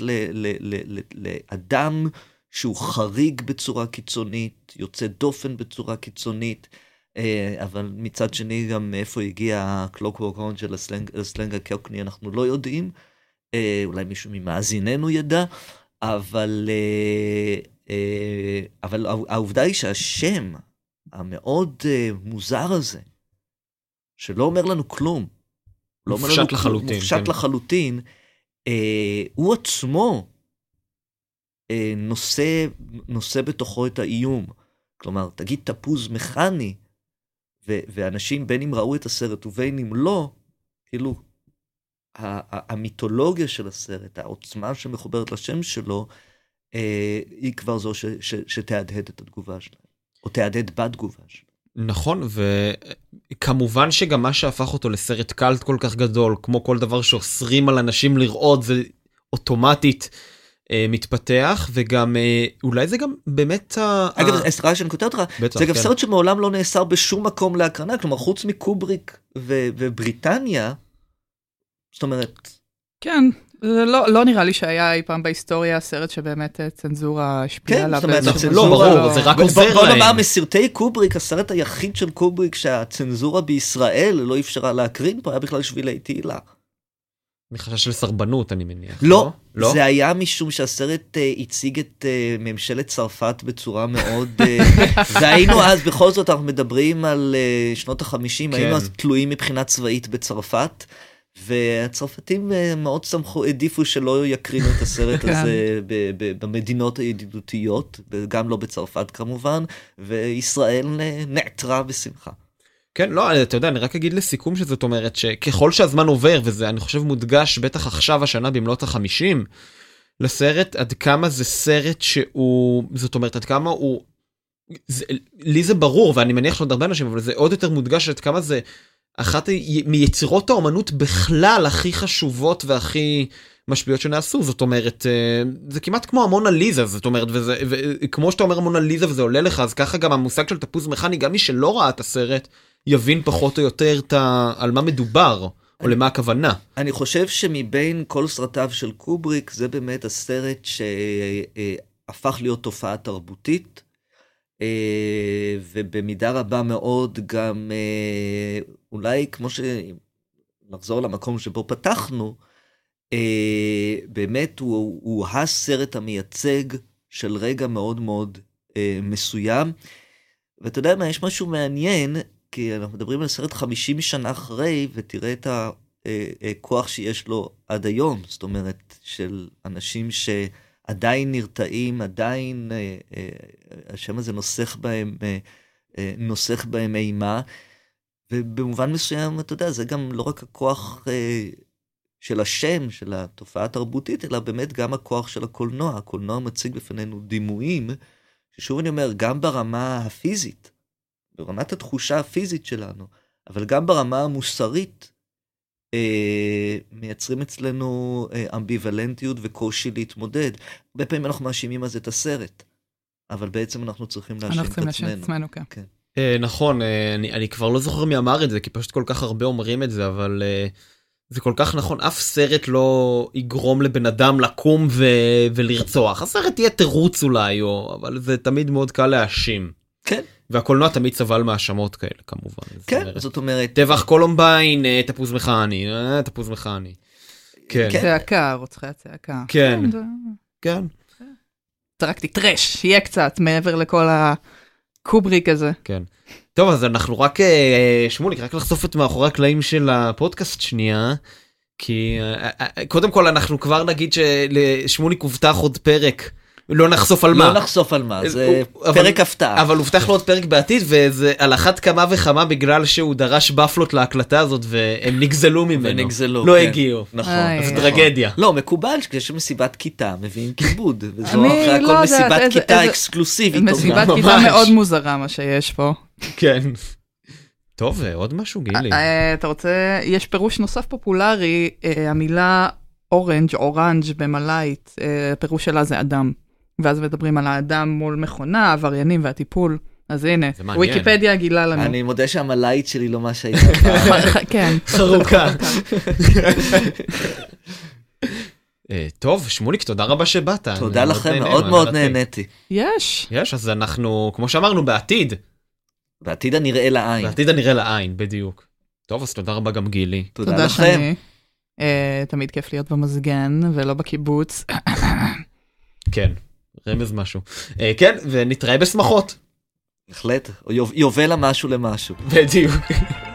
לאדם שהוא חריג בצורה קיצונית, יוצא דופן בצורה קיצונית, אבל מצד שני גם מאיפה הגיע ה-clockwork orange של הסלנג הקוקני אנחנו לא יודעים, אולי מישהו ממאזיננו ידע, אבל, אבל העובדה היא שהשם המאוד מוזר הזה, שלא אומר לנו כלום, מופשט לחלוטין, מופשט לחלוטין, הוא עצמו נושא, נושא בתוכו את האיום. כלומר, תגיד תפוז מכני, ואנשים בין אם ראו את הסרט ובין אם לא, כאילו, המיתולוגיה של הסרט, העוצמה שמחוברת לשם שלו, היא כבר זו שתהדהד את התגובה שלהם, או תהדהד בתגובה שלהם. נכון, וכמובן שגם מה שהפך אותו לסרט קלט כל כך גדול, כמו כל דבר שאוסרים על אנשים לראות, זה אוטומטית מתפתח, וגם אולי זה גם באמת... אגב, סליחה שאני כותב אותך, זה גם סרט שמעולם לא נאסר בשום מקום להקרנה, כלומר חוץ מקובריק ובריטניה, זאת אומרת... כן, לא, לא נראה לי שהיה אי פעם בהיסטוריה סרט שבאמת צנזורה השפיעה עליו. כן, זאת אומרת, לא, ברור, זה רק עוזר להם. בוא נאמר, מסרטי קובריק, הסרט היחיד של קובריק שהצנזורה בישראל לא אפשרה להקרין פה, היה בכלל שבילי תהילה. מחשש לסרבנות, אני מניח. לא, לא? זה היה משום שהסרט uh, הציג את uh, ממשלת צרפת בצורה מאוד... Uh, והיינו אז, בכל זאת אנחנו מדברים על uh, שנות החמישים, כן. היינו אז תלויים מבחינה צבאית בצרפת, והצרפתים uh, מאוד שמחו, העדיפו שלא יקרינו את הסרט הזה ב- ב- במדינות הידידותיות, גם לא בצרפת כמובן, וישראל uh, נעתרה בשמחה. כן, לא, אתה יודע, אני רק אגיד לסיכום שזאת אומרת שככל שהזמן עובר, וזה אני חושב מודגש בטח עכשיו השנה במלאת החמישים, לסרט עד כמה זה סרט שהוא, זאת אומרת עד כמה הוא, זה, לי זה ברור, ואני מניח שעוד הרבה אנשים, אבל זה עוד יותר מודגש עד כמה זה אחת מיצירות האומנות בכלל הכי חשובות והכי משפיעות שנעשו, זאת אומרת, זה כמעט כמו המונה ליזה, זאת אומרת, וזה, וכמו שאתה אומר המונה ליזה וזה עולה לך, אז ככה גם המושג של תפוז מכני, גם מי שלא ראה את הסרט, יבין פחות או יותר על מה מדובר, או למה הכוונה. אני חושב שמבין כל סרטיו של קובריק, זה באמת הסרט שהפך להיות תופעה תרבותית, ובמידה רבה מאוד גם, אולי כמו שנחזור למקום שבו פתחנו, באמת הוא, הוא הסרט המייצג של רגע מאוד מאוד מסוים, ואתה יודע מה, יש משהו מעניין, כי אנחנו מדברים על סרט חמישים שנה אחרי, ותראה את הכוח שיש לו עד היום, זאת אומרת, של אנשים שעדיין נרתעים, עדיין, השם הזה נוסח בהם, נוסח בהם אימה, ובמובן מסוים, אתה יודע, זה גם לא רק הכוח של השם, של התופעה התרבותית, אלא באמת גם הכוח של הקולנוע. הקולנוע מציג בפנינו דימויים, ששוב אני אומר, גם ברמה הפיזית, ברמת התחושה הפיזית שלנו, אבל גם ברמה המוסרית, אה, מייצרים אצלנו אה, אמביוולנטיות וקושי להתמודד. הרבה פעמים אנחנו מאשימים אז את הסרט, אבל בעצם אנחנו צריכים להאשים את עצמנו. אנחנו צריכים להאשים את עצמנו, כן. כן. אה, נכון, אה, אני, אני כבר לא זוכר מי אמר את זה, כי פשוט כל כך הרבה אומרים את זה, אבל אה, זה כל כך נכון, אף סרט לא יגרום לבן אדם לקום ו, ולרצוח. הסרט יהיה תירוץ אולי, או, אבל זה תמיד מאוד קל להאשים. כן. והקולנוע תמיד סבל מהאשמות כאלה, כמובן. כן, זאת אומרת, זאת אומרת... טבח קולומביין, תפוז מכני, תפוז מכני. כן. צעקה, רוצחי הצעקה. כן. כן. צרקתי טרש, שיהיה קצת מעבר לכל הקובריק הזה. כן. טוב, אז אנחנו רק, שמוליק, רק לחשוף את מאחורי הקלעים של הפודקאסט שנייה, כי קודם כל אנחנו כבר נגיד שלשמוליק הובטח עוד פרק, לא נחשוף על מה. לא נחשוף על מה, זה פרק הפתעה. אבל הובטח לו עוד פרק בעתיד, וזה על אחת כמה וכמה בגלל שהוא דרש בפלות להקלטה הזאת, והם נגזלו ממנו. ונגזלו, לא כן. הגיעו. נכון. אז טרגדיה. לא, מקובל שכשיש מסיבת כיתה, מביאים כיבוד. וזו אני אחרי לא הכל יודעת, מסיבת איזה- כיתה איזה- אקסקלוסיבית. מסיבת אומנם. כיתה מאוד מוזרה מה שיש פה. כן. טוב, עוד משהו, גילי. אה, אתה רוצה, יש פירוש נוסף פופולרי, אה, המילה אורנג', אורנג' במלאית, אה, הפירוש שלה זה אדם. ואז מדברים על האדם מול מכונה, עבריינים והטיפול. אז הנה, זה מעניין. ויקיפדיה גילה לנו. אני מודה שהמלאית שלי לא מה שהייתה פעם. כן. חרוקה. אה, טוב, שמוליק, תודה רבה שבאת. תודה אני לכם, נהנה, מאוד מאוד מרתק. נהניתי. יש. יש, אז אנחנו, כמו שאמרנו, בעתיד. בעתיד הנראה לעין. בעתיד הנראה לעין, בדיוק. טוב, אז תודה רבה גם גילי. תודה תודה לכם. שאני. אה, תמיד כיף להיות במזגן ולא בקיבוץ. כן, רמז משהו. אה, כן, ונתראה בשמחות. בהחלט, יובל לה משהו למשהו. בדיוק.